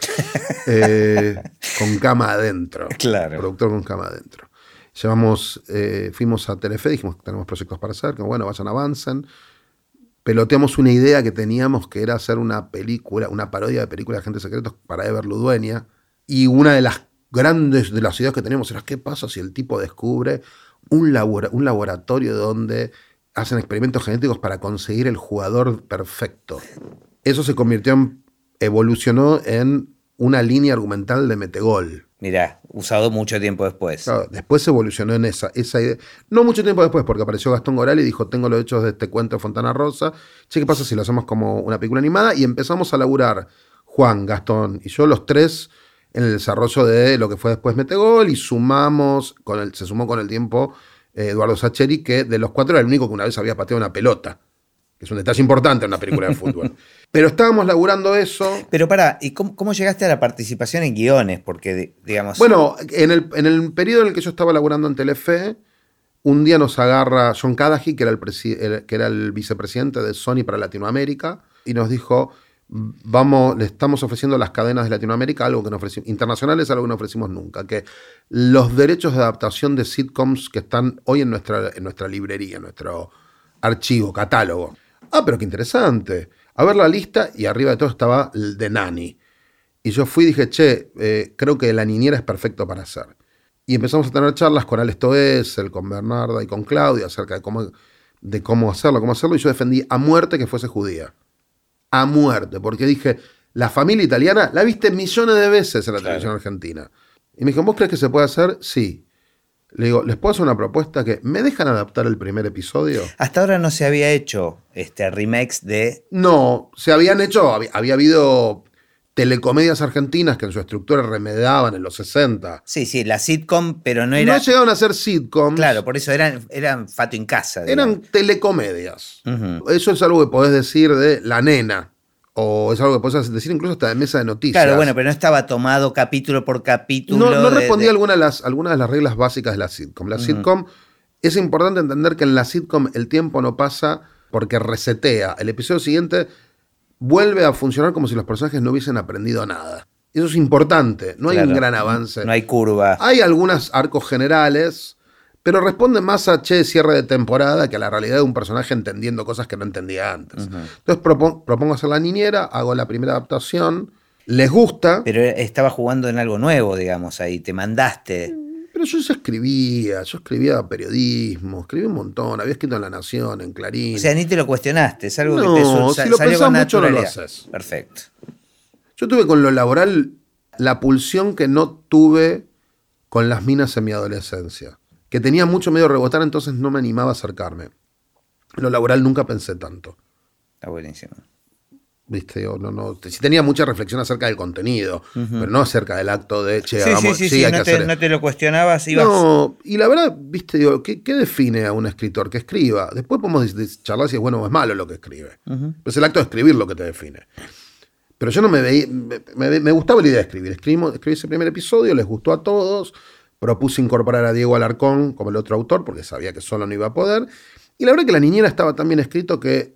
Con cama adentro. Claro. Productor con cama adentro. Fuimos a Telefe, dijimos que tenemos proyectos para hacer, que bueno, vayan, avancen. Peloteamos una idea que teníamos que era hacer una película, una parodia de película de Agentes Secretos para Ever Ludueña. Y una de las grandes de las ideas que teníamos era, ¿qué pasa si el tipo descubre un laboratorio donde hacen experimentos genéticos para conseguir el jugador perfecto? Eso se evolucionó en una línea argumental de Metegol. Mirá, usado mucho tiempo después. Claro, después se evolucionó en esa idea. No mucho tiempo después, porque apareció Gastón Goral y dijo, tengo los hechos de este cuento de Fontana Rosa. Che, ¿qué pasa si lo hacemos como una película animada? Y empezamos a laburar Juan, Gastón y yo, los tres, en el desarrollo de lo que fue después Metegol, y se sumó con el tiempo Eduardo Sacheri, que de los 4 era el único que una vez había pateado una pelota. que es un detalle importante en una película de fútbol. Pero estábamos laburando eso. Pero pará, ¿y cómo llegaste a la participación en guiones? Porque, digamos... Bueno, en el periodo en el que yo estaba laburando en Telefe, un día nos agarra John Cudahy, que era el vicepresidente de Sony para Latinoamérica, y nos dijo, le estamos ofreciendo a las cadenas de Latinoamérica algo que no ofrecimos, internacionales, algo que no ofrecimos nunca, que los derechos de adaptación de sitcoms que están hoy en nuestra librería, en nuestro archivo, catálogo. Ah, pero qué interesante. A ver la lista, y arriba de todo estaba el de Nanny. Y yo fui y dije, creo que La Niñera es perfecto para hacer. Y empezamos a tener charlas con Alex Toesel, con Bernarda y con Claudia acerca de cómo hacerlo. Y yo defendí a muerte que fuese judía. A muerte, porque dije, la familia italiana la viste millones de veces en la televisión argentina. Y me dijo, ¿vos crees que se puede hacer? Sí. Le digo, ¿les puedo hacer una propuesta que me dejan adaptar el primer episodio? Hasta ahora no se había hecho remakes de... No, se habían hecho, había habido telecomedias argentinas que en su estructura remedaban en los 60. Sí, la sitcom, pero no era... No llegaban a ser sitcoms. Claro, por eso eran Fato en Casa. Eran telecomedias. Eso es algo que podés decir de La Nena. O es algo que podés decir incluso hasta de Mesa de Noticias. Claro, bueno, pero no estaba tomado capítulo por capítulo. No respondía a algunas de las reglas básicas de la sitcom. La sitcom, es importante entender que en la sitcom el tiempo no pasa porque resetea. El episodio siguiente vuelve a funcionar como si los personajes no hubiesen aprendido nada. Eso es importante. No hay un gran avance. No hay curva. Hay algunos arcos generales, pero responden más a cierre de temporada que a la realidad de un personaje entendiendo cosas que no entendía antes. Entonces propongo hacer La Niñera, hago la primera adaptación, les gusta. Pero estaba jugando en algo nuevo, digamos, ahí, te mandaste. Pero yo escribía periodismo, escribí un montón, había escrito en La Nación, en Clarín. O sea, ni te lo cuestionaste, es algo que te si lo salió pensás con mucho no lo naturalidad. haces. Perfecto. Yo tuve con lo laboral la pulsión que no tuve con las minas en mi adolescencia. Que tenía mucho miedo de rebotar, entonces no me animaba a acercarme. En lo laboral nunca pensé tanto. Está buenísimo. ¿Viste? Sí tenía mucha reflexión acerca del contenido, pero no acerca del acto de, hagamos, hay que hacer. No te lo cuestionabas, ibas. No, y la verdad, ¿viste? ¿Qué define a un escritor? Que escriba. Después podemos charlar si es bueno o es malo lo que escribe. Pero es el acto de escribir lo que te define. Pero yo no me veía, me gustaba la idea de escribir. Escribí ese primer episodio, les gustó a todos. Propuse incorporar a Diego Alarcón como el otro autor, porque sabía que solo no iba a poder. Y la verdad que La Niñera estaba tan bien escrito que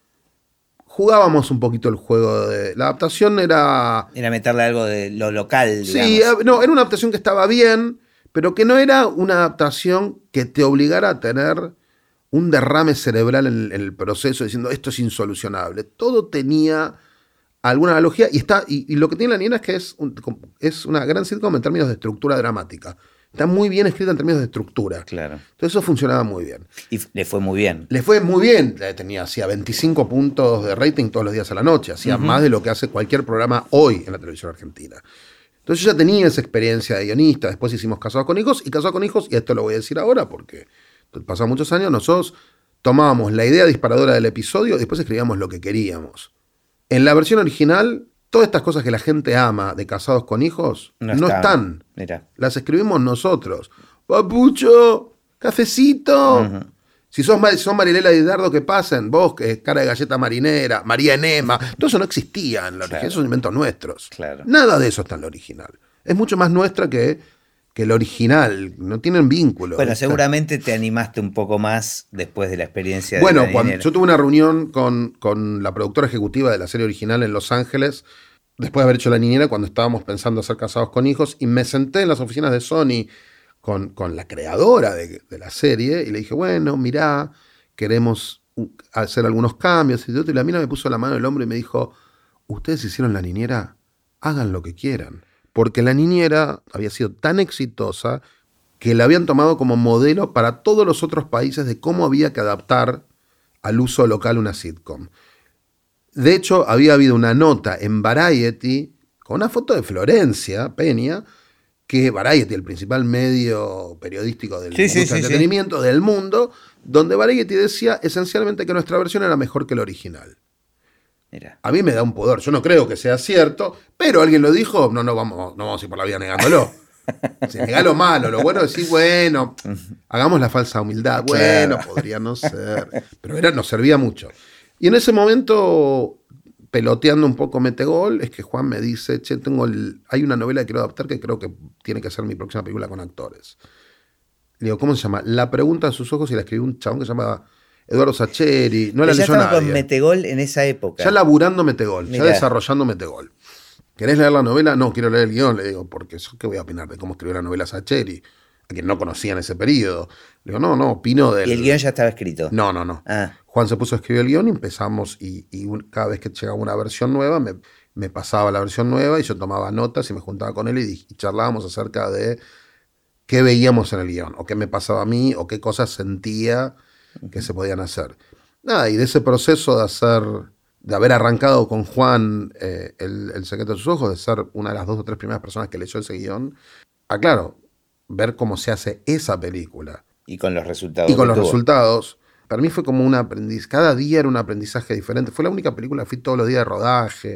jugábamos un poquito el juego de... La adaptación era... Era meterle algo de lo local, digamos. Sí, no, era una adaptación que estaba bien, pero que no era una adaptación que te obligara a tener un derrame cerebral en el proceso, diciendo esto es insolucionable. Todo tenía alguna analogía y lo que tiene La Niñera es que es una gran sitcom en términos de estructura dramática. Está muy bien escrita en términos de estructura. Claro. Entonces eso funcionaba muy bien. Y le fue muy bien. Le fue muy bien. Hacía 25 puntos de rating todos los días a la noche. Hacía más de lo que hace cualquier programa hoy en la televisión argentina. Entonces yo ya tenía esa experiencia de guionista. Después hicimos Casados con Hijos. Y esto lo voy a decir ahora porque pasaron muchos años, nosotros tomábamos la idea disparadora del episodio y después escribíamos lo que queríamos. En la versión original, todas estas cosas que la gente ama de Casados con Hijos no están. Mirá. Las escribimos nosotros. Papucho, cafecito. Si son Marilela y Dardo, que pasen. Vos, que cara de galleta marinera, María Enema. Todo eso no existía en la original. Esos son inventos nuestros. Claro. Nada de eso está en la original. Es mucho más nuestra que el original. No tienen vínculo. Bueno, seguramente te animaste un poco más después de la experiencia de Bueno, La cuando Niñera. yo tuve una reunión con la productora ejecutiva de la serie original en Los Ángeles, después de haber hecho La Niñera, cuando estábamos pensando hacer Casados con Hijos, y me senté en las oficinas de Sony con la creadora de la serie, y le dije, bueno, mirá, queremos hacer algunos cambios, y la mina me puso la mano en el hombro y me dijo, ustedes hicieron La Niñera, hagan lo que quieran. Porque La Niñera había sido tan exitosa que la habían tomado como modelo para todos los otros países de cómo había que adaptar al uso local una sitcom. De hecho, había habido una nota en Variety con una foto de Florencia Peña, que Variety, el principal medio periodístico del entretenimiento del mundo, donde Variety decía esencialmente que nuestra versión era mejor que la original. Mira. A mí me da un pudor, yo no creo que sea cierto, pero alguien lo dijo, no vamos a ir por la vida negándolo. Si negá lo malo, lo bueno es decir, bueno, hagamos la falsa humildad, bueno, podría no ser, pero nos servía mucho. Y en ese momento, peloteando un poco Metegol, es que Juan me dice, che, hay una novela que quiero adaptar que creo que tiene que ser mi próxima película con actores. Le digo, ¿cómo se llama? La pregunta de sus ojos, y la escribió un chabón que se llama Eduardo Sacheri. No la ya leyó estaba nadie. con Metegol en esa época. Ya laburando Metegol, Mirá. ya desarrollando Metegol. ¿Querés leer la novela? No, quiero leer el guión. Le digo, porque yo qué voy a opinar de cómo escribió la novela Sacheri, a quien no conocía en ese periodo. Le digo, no, opino del... ¿Y el guión ya estaba escrito? No. Ah. Juan se puso a escribir el guión y empezamos, y cada vez que llegaba una versión nueva, me pasaba la versión nueva y yo tomaba notas y me juntaba con él y charlábamos acerca de qué veíamos en el guión, o qué me pasaba a mí, o qué cosas sentía que se podían hacer. Nada, y de ese proceso de haber arrancado con Juan el secreto de sus ojos, de ser una de las 2 o 3 primeras personas que leyó ese guión, claro, ver cómo se hace esa película. Y con los resultados. Y con los resultados, para mí fue como un aprendizaje. Cada día era un aprendizaje diferente. Fue la única película, fui todos los días de rodaje.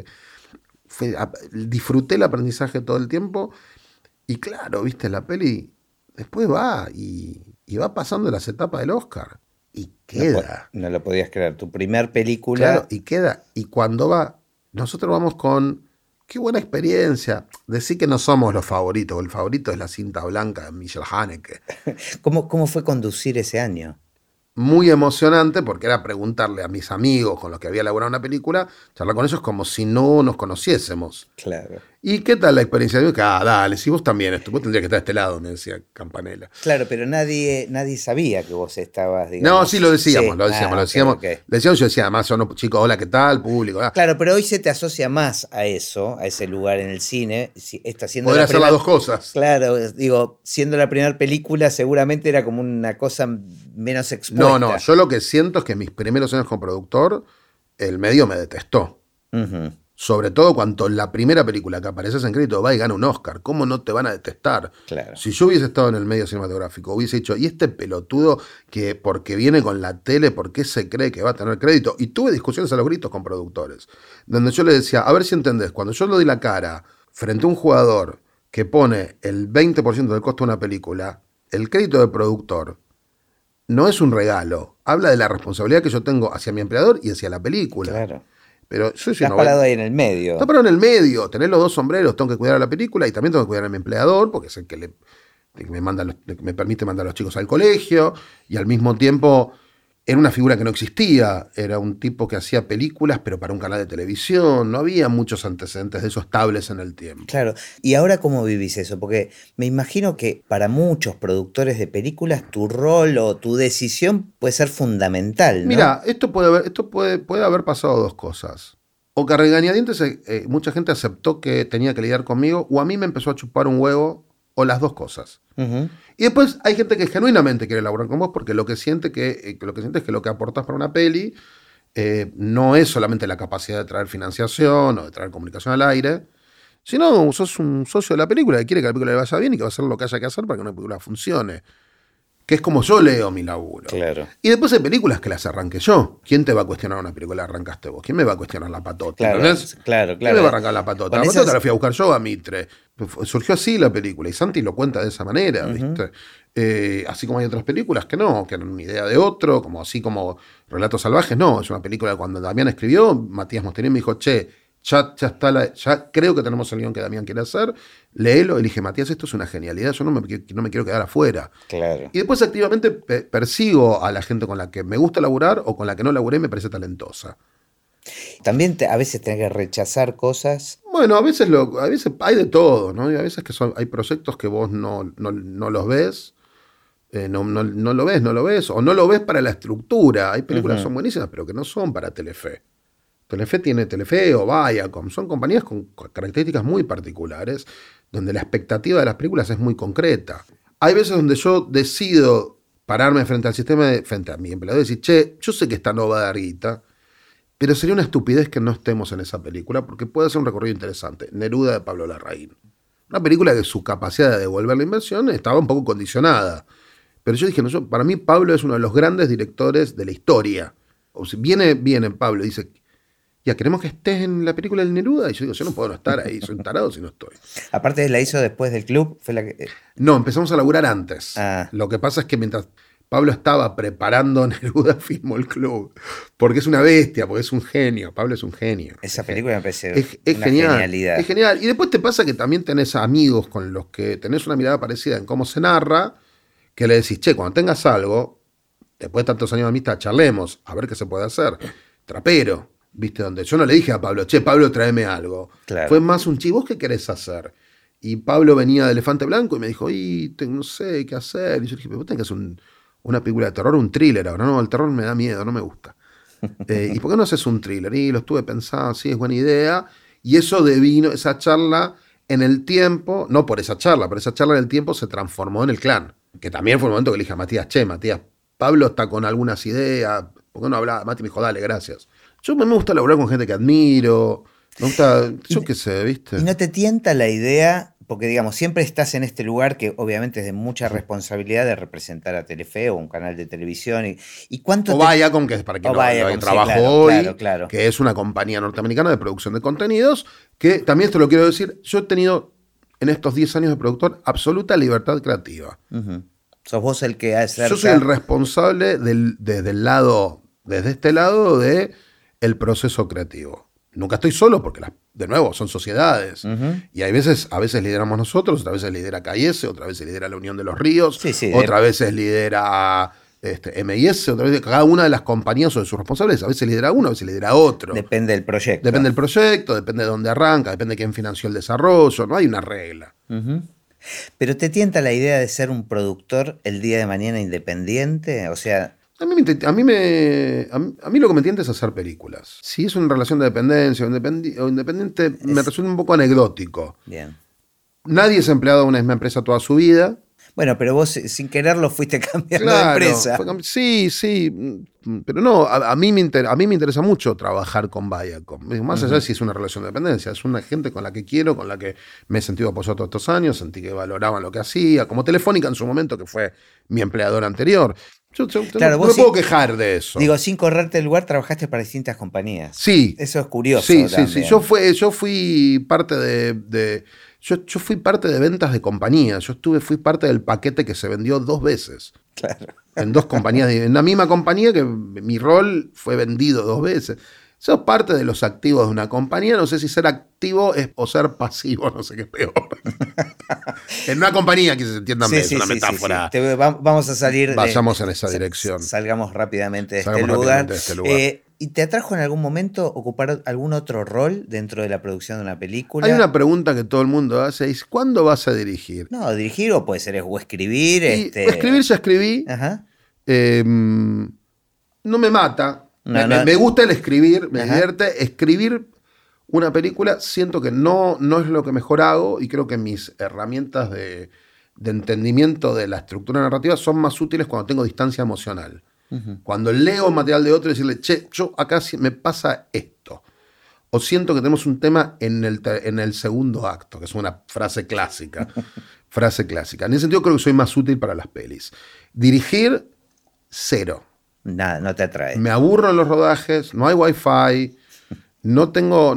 Disfruté el aprendizaje todo el tiempo. Y claro, viste, la peli después va y va pasando las etapas del Oscar. Y queda. No lo podías creer. Tu primer película. Claro, y queda. Y cuando va, nosotros vamos con... Qué buena experiencia. Decir que no somos los favoritos. El favorito es La cinta blanca de Michel Haneke. ¿Cómo fue conducir ese año? Muy emocionante porque era preguntarle a mis amigos con los que había elaborado una película, charlar con ellos como si no nos conociésemos. Claro. ¿Y qué tal la experiencia? Digo, dale, si vos también, vos tendrías que estar de este lado, me decía Campanella. Claro, pero nadie sabía que vos estabas, digamos. No, sí, lo decíamos. Okay. Le decíamos, yo decía, además, son chicos, hola, ¿qué tal? Público. Claro, pero hoy se te asocia más a eso, a ese lugar en el cine. Poder hacer las dos cosas. Claro, digo, siendo la primera película, seguramente era como una cosa menos expuesta. No, yo lo que siento es que mis primeros años como productor, el medio me detestó. Uh-huh. Sobre todo cuando la primera película que apareces en crédito va y gana un Oscar. ¿Cómo no te van a detestar? Claro. Si yo hubiese estado en el medio cinematográfico, hubiese dicho, ¿y este pelotudo que porque viene con la tele, por qué se cree que va a tener crédito? Y tuve discusiones a los gritos con productores, donde yo le decía, a ver si entendés, cuando yo le doy la cara frente a un jugador que pone el 20% del costo de una película, el crédito del productor no es un regalo. Habla de la responsabilidad que yo tengo hacia mi empleador y hacia la película. Claro. Pero yo estás parado ahí en el medio. Estás parado en el medio, tenés los dos sombreros, tengo que cuidar a la película y también tengo que cuidar a mi empleador, porque es el que me permite mandar a los chicos al colegio, y al mismo tiempo era una figura que no existía, era un tipo que hacía películas, pero para un canal de televisión, no había muchos antecedentes de eso estables en el tiempo. Claro, ¿y ahora cómo vivís eso? Porque me imagino que para muchos productores de películas tu rol o tu decisión puede ser fundamental, ¿no? Mira, esto puede haber pasado dos cosas. O que a regañadientes mucha gente aceptó que tenía que lidiar conmigo, o a mí me empezó a chupar un huevo, o las dos cosas. Uh-huh. Y después hay gente que genuinamente quiere laburar con vos porque lo que siente es que lo que aportás para una peli no es solamente la capacidad de traer financiación o de traer comunicación al aire, sino sos un socio de la película que quiere que la película le vaya bien y que va a hacer lo que haya que hacer para que una película funcione. Que es como yo leo mi laburo. Claro. Y después hay películas que las arranqué yo. ¿Quién te va a cuestionar una película que arrancaste vos? ¿Quién me va a cuestionar La Patota? Claro. ¿Quién me va a arrancar La Patota? La Patota la fui a buscar yo a Mitre. Surgió así la película y Santi lo cuenta de esa manera, uh-huh. ¿viste? Así como hay otras películas que no, que eran una idea de otro, así como Relatos Salvajes, no. Es una película que cuando Damián escribió, Matías Mosterín me dijo, che, ya creo que tenemos el guión que Damián quiere hacer, léelo. Y le dije, Matías, esto es una genialidad, yo no me quiero quedar afuera. Claro. Y después activamente persigo a la gente con la que me gusta laburar o con la que no laburé y me parece talentosa. También a veces tenés que rechazar cosas. Bueno, a veces hay de todo, ¿no? Y a veces hay proyectos que vos no los ves, no lo ves, o no lo ves para la estructura. Hay películas que son buenísimas, pero que no son para Telefe. Telefe o Viacom, son compañías con características muy particulares, donde la expectativa de las películas es muy concreta. Hay veces donde yo decido pararme frente al sistema, frente a mi empleador y decir, che, yo sé que esta no va a dar guita, pero sería una estupidez que no estemos en esa película, porque puede ser un recorrido interesante. Neruda de Pablo Larraín. Una película que su capacidad de devolver la inversión estaba un poco condicionada. Pero yo dije, no, para mí Pablo es uno de los grandes directores de la historia. O si viene Pablo y dice, ya, queremos que estés en la película del Neruda. Y yo digo, yo no puedo no estar ahí, soy un tarado si no estoy. Aparte la hizo después del club, fue la que... No, empezamos a laburar antes. Ah. Lo que pasa es que mientras Pablo estaba preparando Neruda Filmó el Club, porque es una bestia, porque es un genio. Pablo es un genio. Esa película me parece Es una genial, genialidad. es genial. Y después te pasa que también tenés amigos con los que tenés una mirada parecida en cómo se narra, que le decís, che, cuando tengas algo, después de tantos años de amistad, charlemos, a ver qué se puede hacer. Trapero, ¿viste? Donde yo no le dije a Pablo, che, Pablo, tráeme algo. Claro. Fue más un chivo, ¿vos qué querés hacer? Y Pablo venía de Elefante Blanco y me dijo, no sé qué hacer. Y yo dije, pero vos tenés que hacer una película de terror, un thriller ahora. No, el terror me da miedo, no me gusta. ¿Y por qué no haces un thriller? Y lo estuve pensando, sí, es buena idea. Y eso devino, esa charla en el tiempo, no por esa charla, pero esa charla en el tiempo se transformó en El Clan. Que también fue el momento que le dije a Matías, che, Matías, Pablo está con algunas ideas, ¿por qué no hablaba? Mati me dijo, dale, gracias. Yo me gusta laburar con gente que admiro, me gusta, yo qué sé, ¿viste? ¿Y no te tienta la idea? Porque, digamos, siempre estás en este lugar que obviamente es de mucha responsabilidad de representar a Telefe o un canal de televisión. ¿Y cuánto O Viacom, que es para quien Viacom, trabajo sí, claro, hoy, claro. que es una compañía norteamericana de producción de contenidos, que también te lo quiero decir, yo he tenido en estos 10 años de productor absoluta libertad creativa. Uh-huh. ¿Sos vos el que acerca? Yo soy el responsable desde este lado de el proceso creativo. Nunca estoy solo porque, de nuevo, son sociedades. Uh-huh. Y a veces lideramos nosotros, otras veces lidera KS, otra vez lidera la Unión de los Ríos, Sí, otras veces lidera MIS, otra vez cada una de las compañías son sus responsables. A veces lidera uno, a veces lidera otro. Depende del proyecto. Depende del proyecto, depende de dónde arranca, depende de quién financió el desarrollo. No hay una regla. Uh-huh. ¿Pero te tienta la idea de ser un productor el día de mañana independiente? O sea... A mí lo que me tienta es hacer películas. Si es una relación de dependencia o independiente, me resulta un poco anecdótico. Bien. Nadie es empleado de una misma empresa toda su vida. Bueno, pero vos sin quererlo fuiste cambiando de empresa. Sí, pero no, a mí me interesa mucho trabajar con Viacom. Más allá de si es una relación de dependencia, es una gente con la que quiero, con la que me he sentido apoyado todos estos años, sentí que valoraban lo que hacía, como Telefónica en su momento, que fue mi empleador anterior. Yo claro, no me puedo quejar de eso. Digo, sin correrte el lugar, trabajaste para distintas compañías. Sí. Eso es curioso. Sí. Yo fui parte yo fui parte de ventas de compañías. Fui parte del paquete que se vendió 2 veces. Claro. En 2 compañías, en la misma compañía que mi rol fue vendido 2 veces. Sos parte de los activos de una compañía, no sé si ser activo o ser pasivo, no sé qué es peor. En una compañía, que se entiendan bien, es una metáfora. Sí. Vamos a salir. Vayamos en esa dirección. Salgamos rápidamente de este lugar. ¿Y te atrajo en algún momento ocupar algún otro rol dentro de la producción de una película? Hay una pregunta que todo el mundo hace, es ¿cuándo vas a dirigir? No, dirigir o puede ser o escribir. Escribir ya escribí. Ajá. No me mata. Me gusta el escribir, me divierte. Escribir una película siento que no es lo que mejor hago y creo que mis herramientas de entendimiento de la estructura narrativa son más útiles cuando tengo distancia emocional. Uh-huh. Cuando leo material de otro y decirle, che, yo acá me pasa esto. O siento que tenemos un tema en el segundo acto, que es una frase clásica. Frase clásica. En ese sentido creo que soy más útil para las pelis. Dirigir, 0. Nada, no te atrae. Me aburro en los rodajes, no hay wifi, no tengo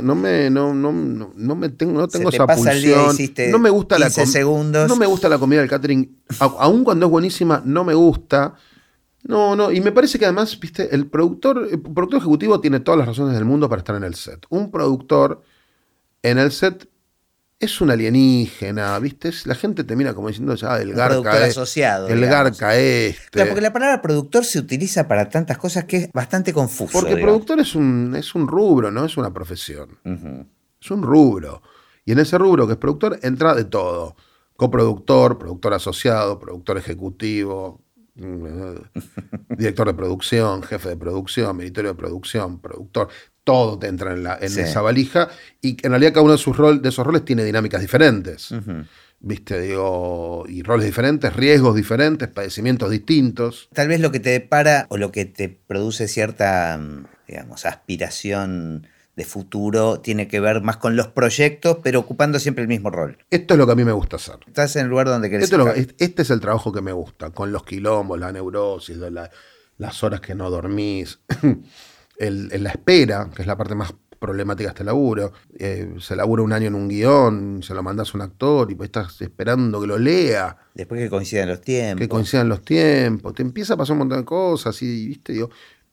esa pulsión. No me gusta segundos. No me gusta la comida del catering, aun cuando es buenísima, no me gusta. No, y me parece que además, viste, el productor ejecutivo tiene todas las razones del mundo para estar en el set. Un productor en el set es un alienígena, ¿viste? La gente te mira como diciendo, ya, el garca asociado. El garca este. Claro, porque la palabra productor se utiliza para tantas cosas que es bastante confuso. Porque productor es un rubro, no es una profesión. Uh-huh. Es un rubro. Y en ese rubro que es productor entra de todo. Coproductor, productor asociado, productor ejecutivo, director de producción, jefe de producción, ministerio de producción, productor. Todo te entra en esa valija y en realidad cada uno de esos roles tiene dinámicas diferentes. Uh-huh. ¿Viste? Digo, y roles diferentes, riesgos diferentes, padecimientos distintos. Tal vez lo que te depara o lo que te produce cierta, digamos, aspiración de futuro tiene que ver más con los proyectos, pero ocupando siempre el mismo rol. Esto es lo que a mí me gusta hacer. Estás en el lugar donde querés estar. Este es el trabajo que me gusta, con los quilombos, la neurosis, las horas que no dormís. La espera, que es la parte más problemática este laburo. Se labura un año en un guión, se lo mandas a un actor y pues estás esperando que lo lea. Después que coincidan los tiempos. Que coincidan los tiempos. Te empieza a pasar un montón de cosas y, ¿viste? Digo,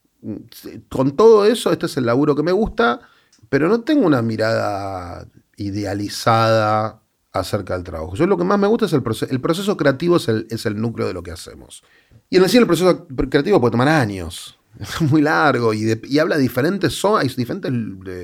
con todo eso, este es el laburo que me gusta, pero no tengo una mirada idealizada acerca del trabajo. Yo lo que más me gusta es el proceso. El proceso creativo es el núcleo de lo que hacemos. Y en el cine el proceso creativo puede tomar años. Es muy largo y habla de diferentes hay diferentes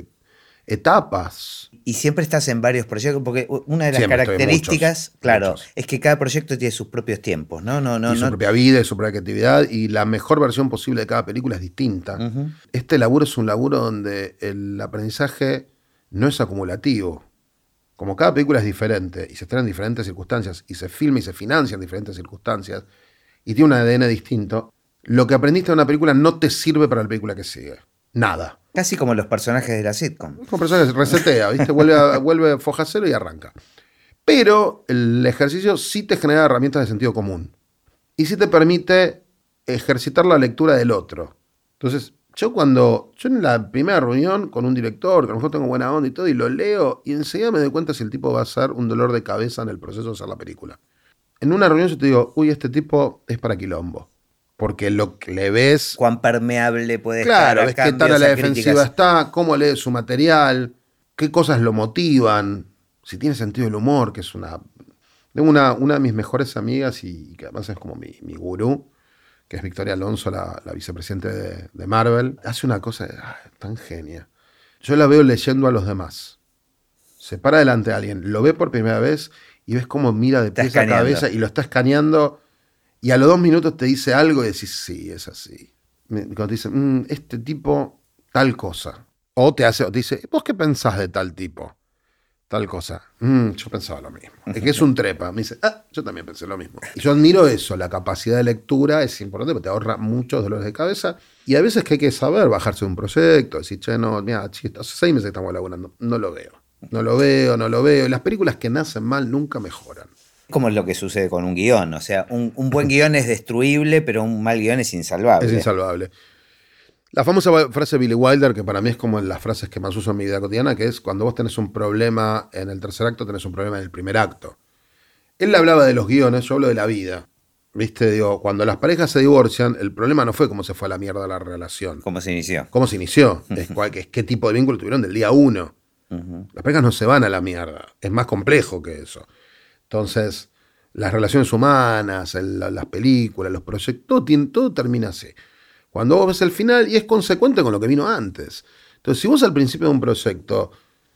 etapas. Y siempre estás en varios proyectos, porque una de las Siempre características, muchos. es que cada proyecto tiene sus propios tiempos, ¿no? Y su propia vida y su propia creatividad, y la mejor versión posible de cada película es distinta. Uh-huh. Este laburo es un laburo donde el aprendizaje no es acumulativo. Como cada película es diferente y se estrena en diferentes circunstancias y se filma y se financia en diferentes circunstancias y tiene un ADN distinto, lo que aprendiste de una película no te sirve para la película que sigue. Nada. Casi como los personajes de la sitcom. Como personaje resetea, ¿viste? Vuelve a foja cero y arranca. Pero el ejercicio sí te genera herramientas de sentido común. Y sí te permite ejercitar la lectura del otro. Entonces, yo en la primera reunión con un director, que a lo mejor tengo buena onda y todo, y lo leo, y enseguida me doy cuenta si el tipo va a ser un dolor de cabeza en el proceso de hacer la película. En una reunión yo te digo, uy, este tipo es para quilombo. Porque lo que le ves... Cuán permeable puede claro, estar. ves qué tan a la defensiva está, cómo lee su material, qué cosas lo motivan, si tiene sentido del humor, que es una... Tengo una de mis mejores amigas y que además es como mi gurú, que es Victoria Alonso, la vicepresidente de Marvel. Hace una cosa tan genia. Yo la veo leyendo a los demás. Se para delante de alguien, lo ve por primera vez y ves cómo mira de pies a cabeza y lo está escaneando. Y a los 2 minutos te dice algo y decís, sí, es así. Cuando te dice, este tipo, tal cosa. O te dice, ¿vos qué pensás de tal tipo? Tal cosa. Yo pensaba lo mismo. Es que es un trepa. Me dice, yo también pensé lo mismo. Y yo admiro eso, la capacidad de lectura es importante porque te ahorra muchos dolores de cabeza. Y a veces que hay que saber bajarse de un proyecto, decir, che, no, mira, hace 6 meses que estamos laburando. No lo veo. Y las películas que nacen mal nunca mejoran. Como es lo que sucede con un guión. O sea, un buen guión es destruible, pero un mal guión es insalvable. Es insalvable. La famosa frase de Billy Wilder, que para mí es como las frases que más uso en mi vida cotidiana, que es cuando vos tenés un problema en el tercer acto, tenés un problema en el primer acto. Él hablaba de los guiones, yo hablo de la vida. ¿Viste? Digo, cuando las parejas se divorcian, el problema no fue cómo se fue a la mierda la relación. ¿Cómo se inició? ¿Cómo se inició? Es qué tipo de vínculo tuvieron del día 1. Uh-huh. Las parejas no se van a la mierda. Es más complejo que eso. Entonces, las relaciones humanas, las películas, los proyectos, todo termina así. Cuando vos ves el final y es consecuente con lo que vino antes. Entonces, si vos al principio de un proyecto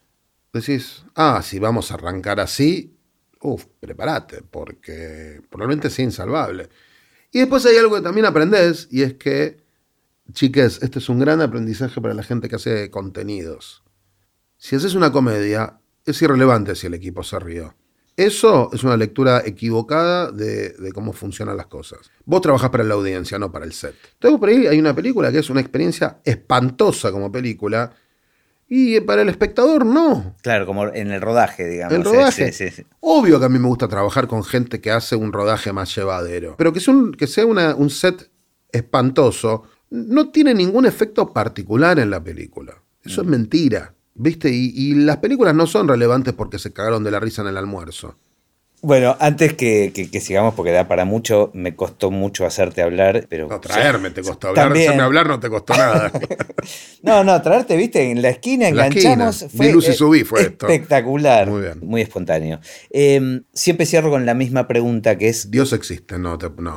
decís, si vamos a arrancar así, prepárate, porque probablemente sea insalvable. Y después hay algo que también aprendés, y es que, chiques, este es un gran aprendizaje para la gente que hace contenidos. Si haces una comedia, es irrelevante si el equipo se rió. Eso es una lectura equivocada de cómo funcionan las cosas. Vos trabajás para la audiencia, no para el set. Entonces por ahí hay una película que es una experiencia espantosa como película y para el espectador no. Claro, como en el rodaje, digamos. El rodaje. Sí. Obvio que a mí me gusta trabajar con gente que hace un rodaje más llevadero. Pero que sea un set espantoso no tiene ningún efecto particular en la película. Eso es mentira. ¿Viste? Y las películas no son relevantes porque se cagaron de la risa en el almuerzo. Bueno, antes que sigamos, porque da para mucho, me costó mucho hacerte hablar, pero... No, traerme te costó hablar, también... hacerme hablar no te costó nada. No, traerte, viste, en la esquina enganchamos. Fue luz y subí fue espectacular. Muy bien. Muy espontáneo. Siempre cierro con la misma pregunta que es... Dios existe, no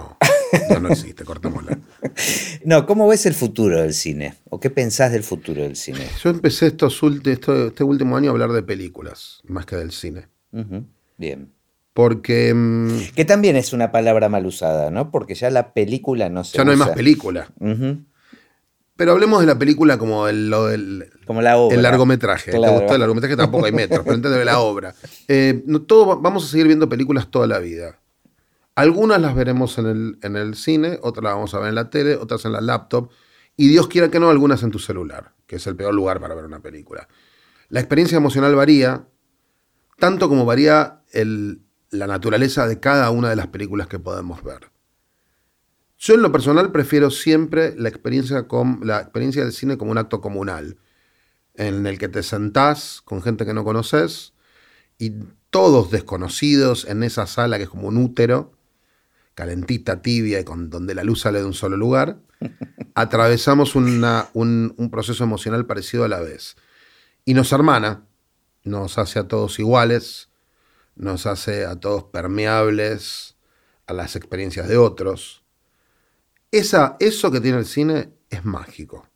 existe, cortémosla. No, ¿cómo ves el futuro del cine? ¿O qué pensás del futuro del cine? Yo empecé este último año a hablar de películas, más que del cine. Uh-huh. Bien. Porque... que también es una palabra mal usada, ¿no? Porque ya la película no se usa. Ya no hay más película. Uh-huh. Pero hablemos de la película como como la obra. El largometraje. Claro. ¿Te gustó el largometraje? Tampoco hay metros, pero entiende la obra. Vamos a seguir viendo películas toda la vida. Algunas las veremos en el cine, otras las vamos a ver en la tele, otras en la laptop, y Dios quiera que no, algunas en tu celular, que es el peor lugar para ver una película. La experiencia emocional varía, tanto como varía la naturaleza de cada una de las películas que podemos ver. Yo en lo personal prefiero siempre la experiencia del cine como un acto comunal. en el que te sentás con gente que no conoces y todos desconocidos en esa sala que es como un útero, calentita, tibia y donde la luz sale de un solo lugar, atravesamos un proceso emocional parecido a la vez. Y nos hermana, nos hace a todos iguales, nos hace a todos permeables a las experiencias de otros. Eso que tiene el cine es mágico.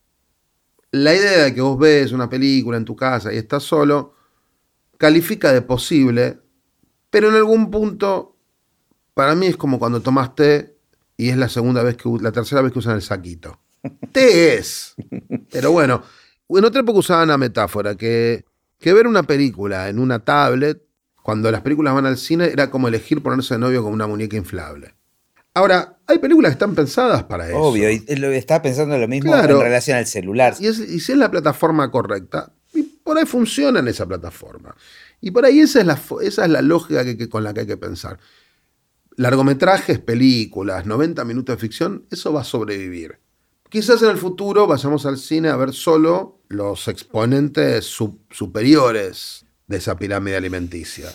La idea de que vos ves una película en tu casa y estás solo, califica de posible, pero en algún punto, para mí es como cuando tomás té y es la tercera vez que usan el saquito. Té es. Pero bueno, en otra época usaban una metáfora, que ver una película en una tablet, cuando las películas van al cine, era como elegir ponerse de novio con una muñeca inflable. Ahora, hay películas que están pensadas para eso. Obvio, y estaba pensando lo mismo Claro. en relación al celular. Y si es la plataforma correcta, y por ahí funciona en esa plataforma. Y por ahí esa es la lógica con la que hay que pensar. Largometrajes, películas, 90 minutos de ficción, eso va a sobrevivir. Quizás en el futuro vayamos al cine a ver solo los exponentes superiores de esa pirámide alimenticia.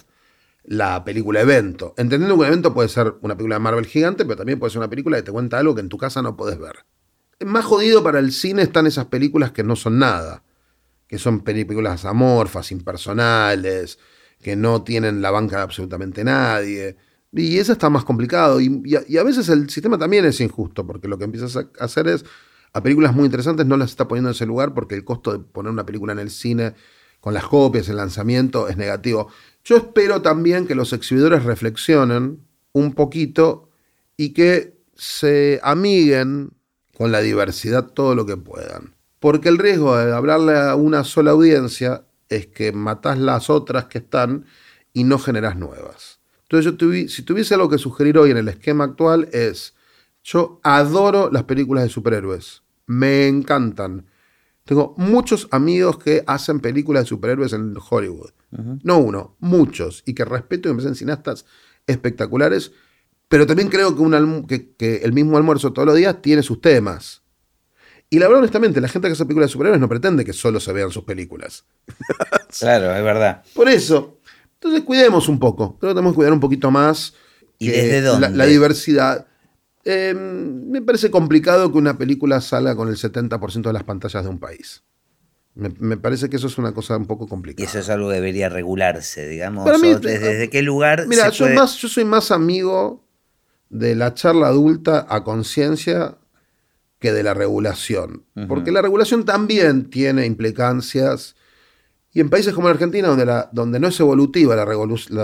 La película evento. Entendiendo que un evento puede ser una película de Marvel gigante, pero también puede ser una película que te cuenta algo que en tu casa no podés ver. Más jodido para el cine están esas películas que no son nada, que son películas amorfas, impersonales, que no tienen la banca de absolutamente nadie. Y eso está más complicado. Y a veces el sistema también es injusto, porque lo que empiezas a hacer es, a películas muy interesantes no las está poniendo en ese lugar porque el costo de poner una película en el cine con las copias, el lanzamiento, es negativo. Yo espero también que los exhibidores reflexionen un poquito y que se amiguen con la diversidad todo lo que puedan. Porque el riesgo de hablarle a una sola audiencia es que matás las otras que están y no generás nuevas. Entonces si tuviese algo que sugerir hoy en el esquema actual es, yo adoro las películas de superhéroes, me encantan. Tengo muchos amigos que hacen películas de superhéroes en Hollywood. Uh-huh. No uno, muchos. Y que respeto y me parecen cineastas espectaculares. Pero también creo que el mismo almuerzo todos los días tiene sus temas. Y la verdad, honestamente, la gente que hace películas de superhéroes no pretende que solo se vean sus películas. Claro, es verdad. Por eso. Entonces cuidemos un poco. Creo que tenemos que cuidar un poquito más. ¿Y desde dónde? La diversidad. Me parece complicado que una película salga con el 70% de las pantallas de un país. Me parece que eso es una cosa un poco complicada. Y eso es algo que debería regularse, digamos. Para mí, ¿Desde qué lugar? Mira, yo soy más amigo de la charla adulta a conciencia que de la regulación. Uh-huh. Porque la regulación también tiene implicancias. Y en países como la Argentina, donde no es evolutiva la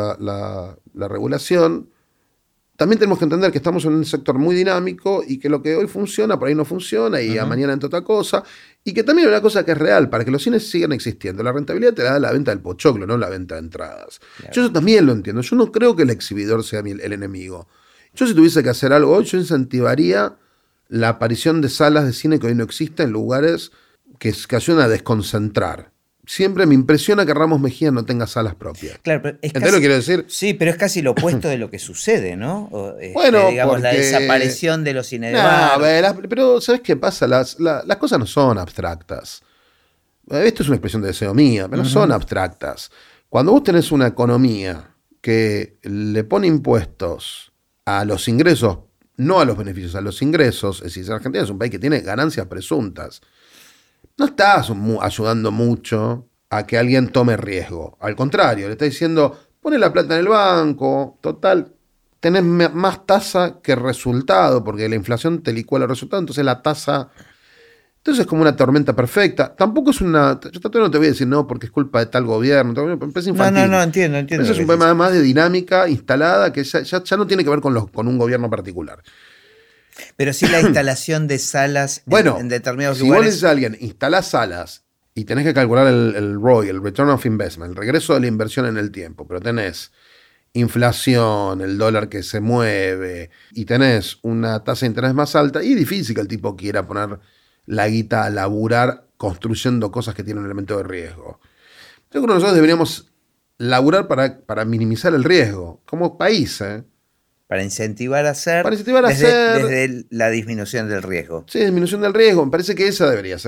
regulación, también tenemos que entender que estamos en un sector muy dinámico y que lo que hoy funciona, por ahí no funciona y a mañana entra otra cosa. Y que también hay una cosa que es real, para que los cines sigan existiendo. La rentabilidad te la da la venta del pochoclo, no la venta de entradas. Claro. Yo eso también lo entiendo. Yo no creo que el exhibidor sea el enemigo. Yo si tuviese que hacer algo hoy, yo incentivaría la aparición de salas de cine que hoy no existen en lugares que ayudan a desconcentrar. Siempre me impresiona que Ramos Mejía no tenga salas propias. Claro, pero ¿Entendés lo que quiero decir? Sí, pero es casi lo opuesto de lo que sucede, ¿no? Bueno, digamos, la desaparición de los cine de bar. Pero ¿sabes qué pasa? Las cosas no son abstractas. Esto es una expresión de deseo mía, pero no son abstractas. Cuando vos tenés una economía que le pone impuestos a los ingresos, no a los beneficios, a los ingresos, es decir, Argentina es un país que tiene ganancias presuntas, no estás ayudando mucho a que alguien tome riesgo. Al contrario, le estás diciendo, pone la plata en el banco, total, tenés más tasa que resultado, porque la inflación te licúa el resultado, entonces la tasa... Entonces es como una tormenta perfecta. Tampoco es una... Yo todavía no te voy a decir, no, porque es culpa de tal gobierno. Es infantil. No, entiendo. Eso es un problema más de dinámica instalada que ya no tiene que ver con un gobierno particular. Pero sí la instalación de salas en determinados lugares. Si vos le dices a alguien, instala salas y tenés que calcular el ROI, el Return of Investment, el regreso de la inversión en el tiempo, pero tenés inflación, el dólar que se mueve y tenés una tasa de interés más alta, y es difícil que el tipo quiera poner la guita a laburar construyendo cosas que tienen un elemento de riesgo. Yo creo que nosotros deberíamos laburar para minimizar el riesgo, como país, Para incentivar a hacer. Desde la disminución del riesgo. Sí, disminución del riesgo. Me parece que esa debería ser.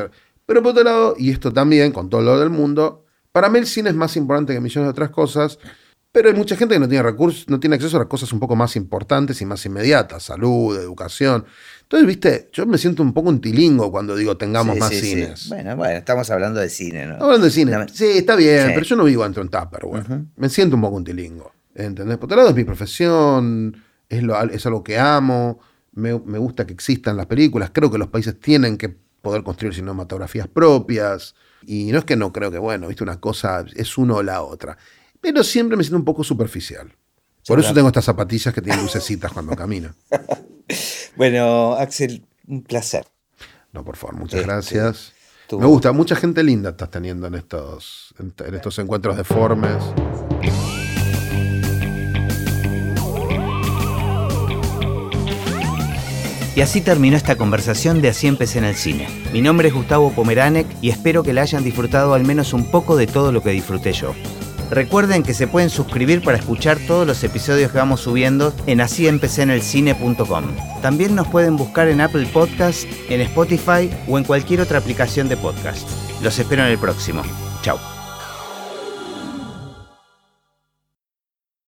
Pero por otro lado, y esto también, con todo lo del mundo, para mí el cine es más importante que millones de otras cosas, pero hay mucha gente que no tiene recursos, no tiene acceso a las cosas un poco más importantes y más inmediatas, salud, educación. Entonces, viste, yo me siento un poco un tilingo cuando digo tengamos más cines. Sí. Bueno, estamos hablando de cine, ¿no? Hablando de cine, sí, está bien, Sí. pero yo no vivo dentro de un Tupperware. Me siento un poco un tilingo, ¿entendés? Por otro lado es mi profesión, es algo que amo, me gusta que existan las películas, creo que los países tienen que poder construir cinematografías propias, y no es que no creo que, bueno, viste, una cosa es uno o la otra, pero siempre me siento un poco superficial. Por eso tengo estas zapatillas que tienen lucecitas cuando camino. Bueno, Axel, un placer. No, por favor, muchas gracias. tú- Me gusta, mucha gente linda estás teniendo en estos encuentros de Formes. Y así terminó esta conversación de Así empecé en el cine. Mi nombre es Gustavo Pomeranek y espero que la hayan disfrutado al menos un poco de todo lo que disfruté yo. Recuerden que se pueden suscribir para escuchar todos los episodios que vamos subiendo en asíempecéenelcine.com. También nos pueden buscar en Apple Podcasts, en Spotify o en cualquier otra aplicación de podcast. Los espero en el próximo. Chau.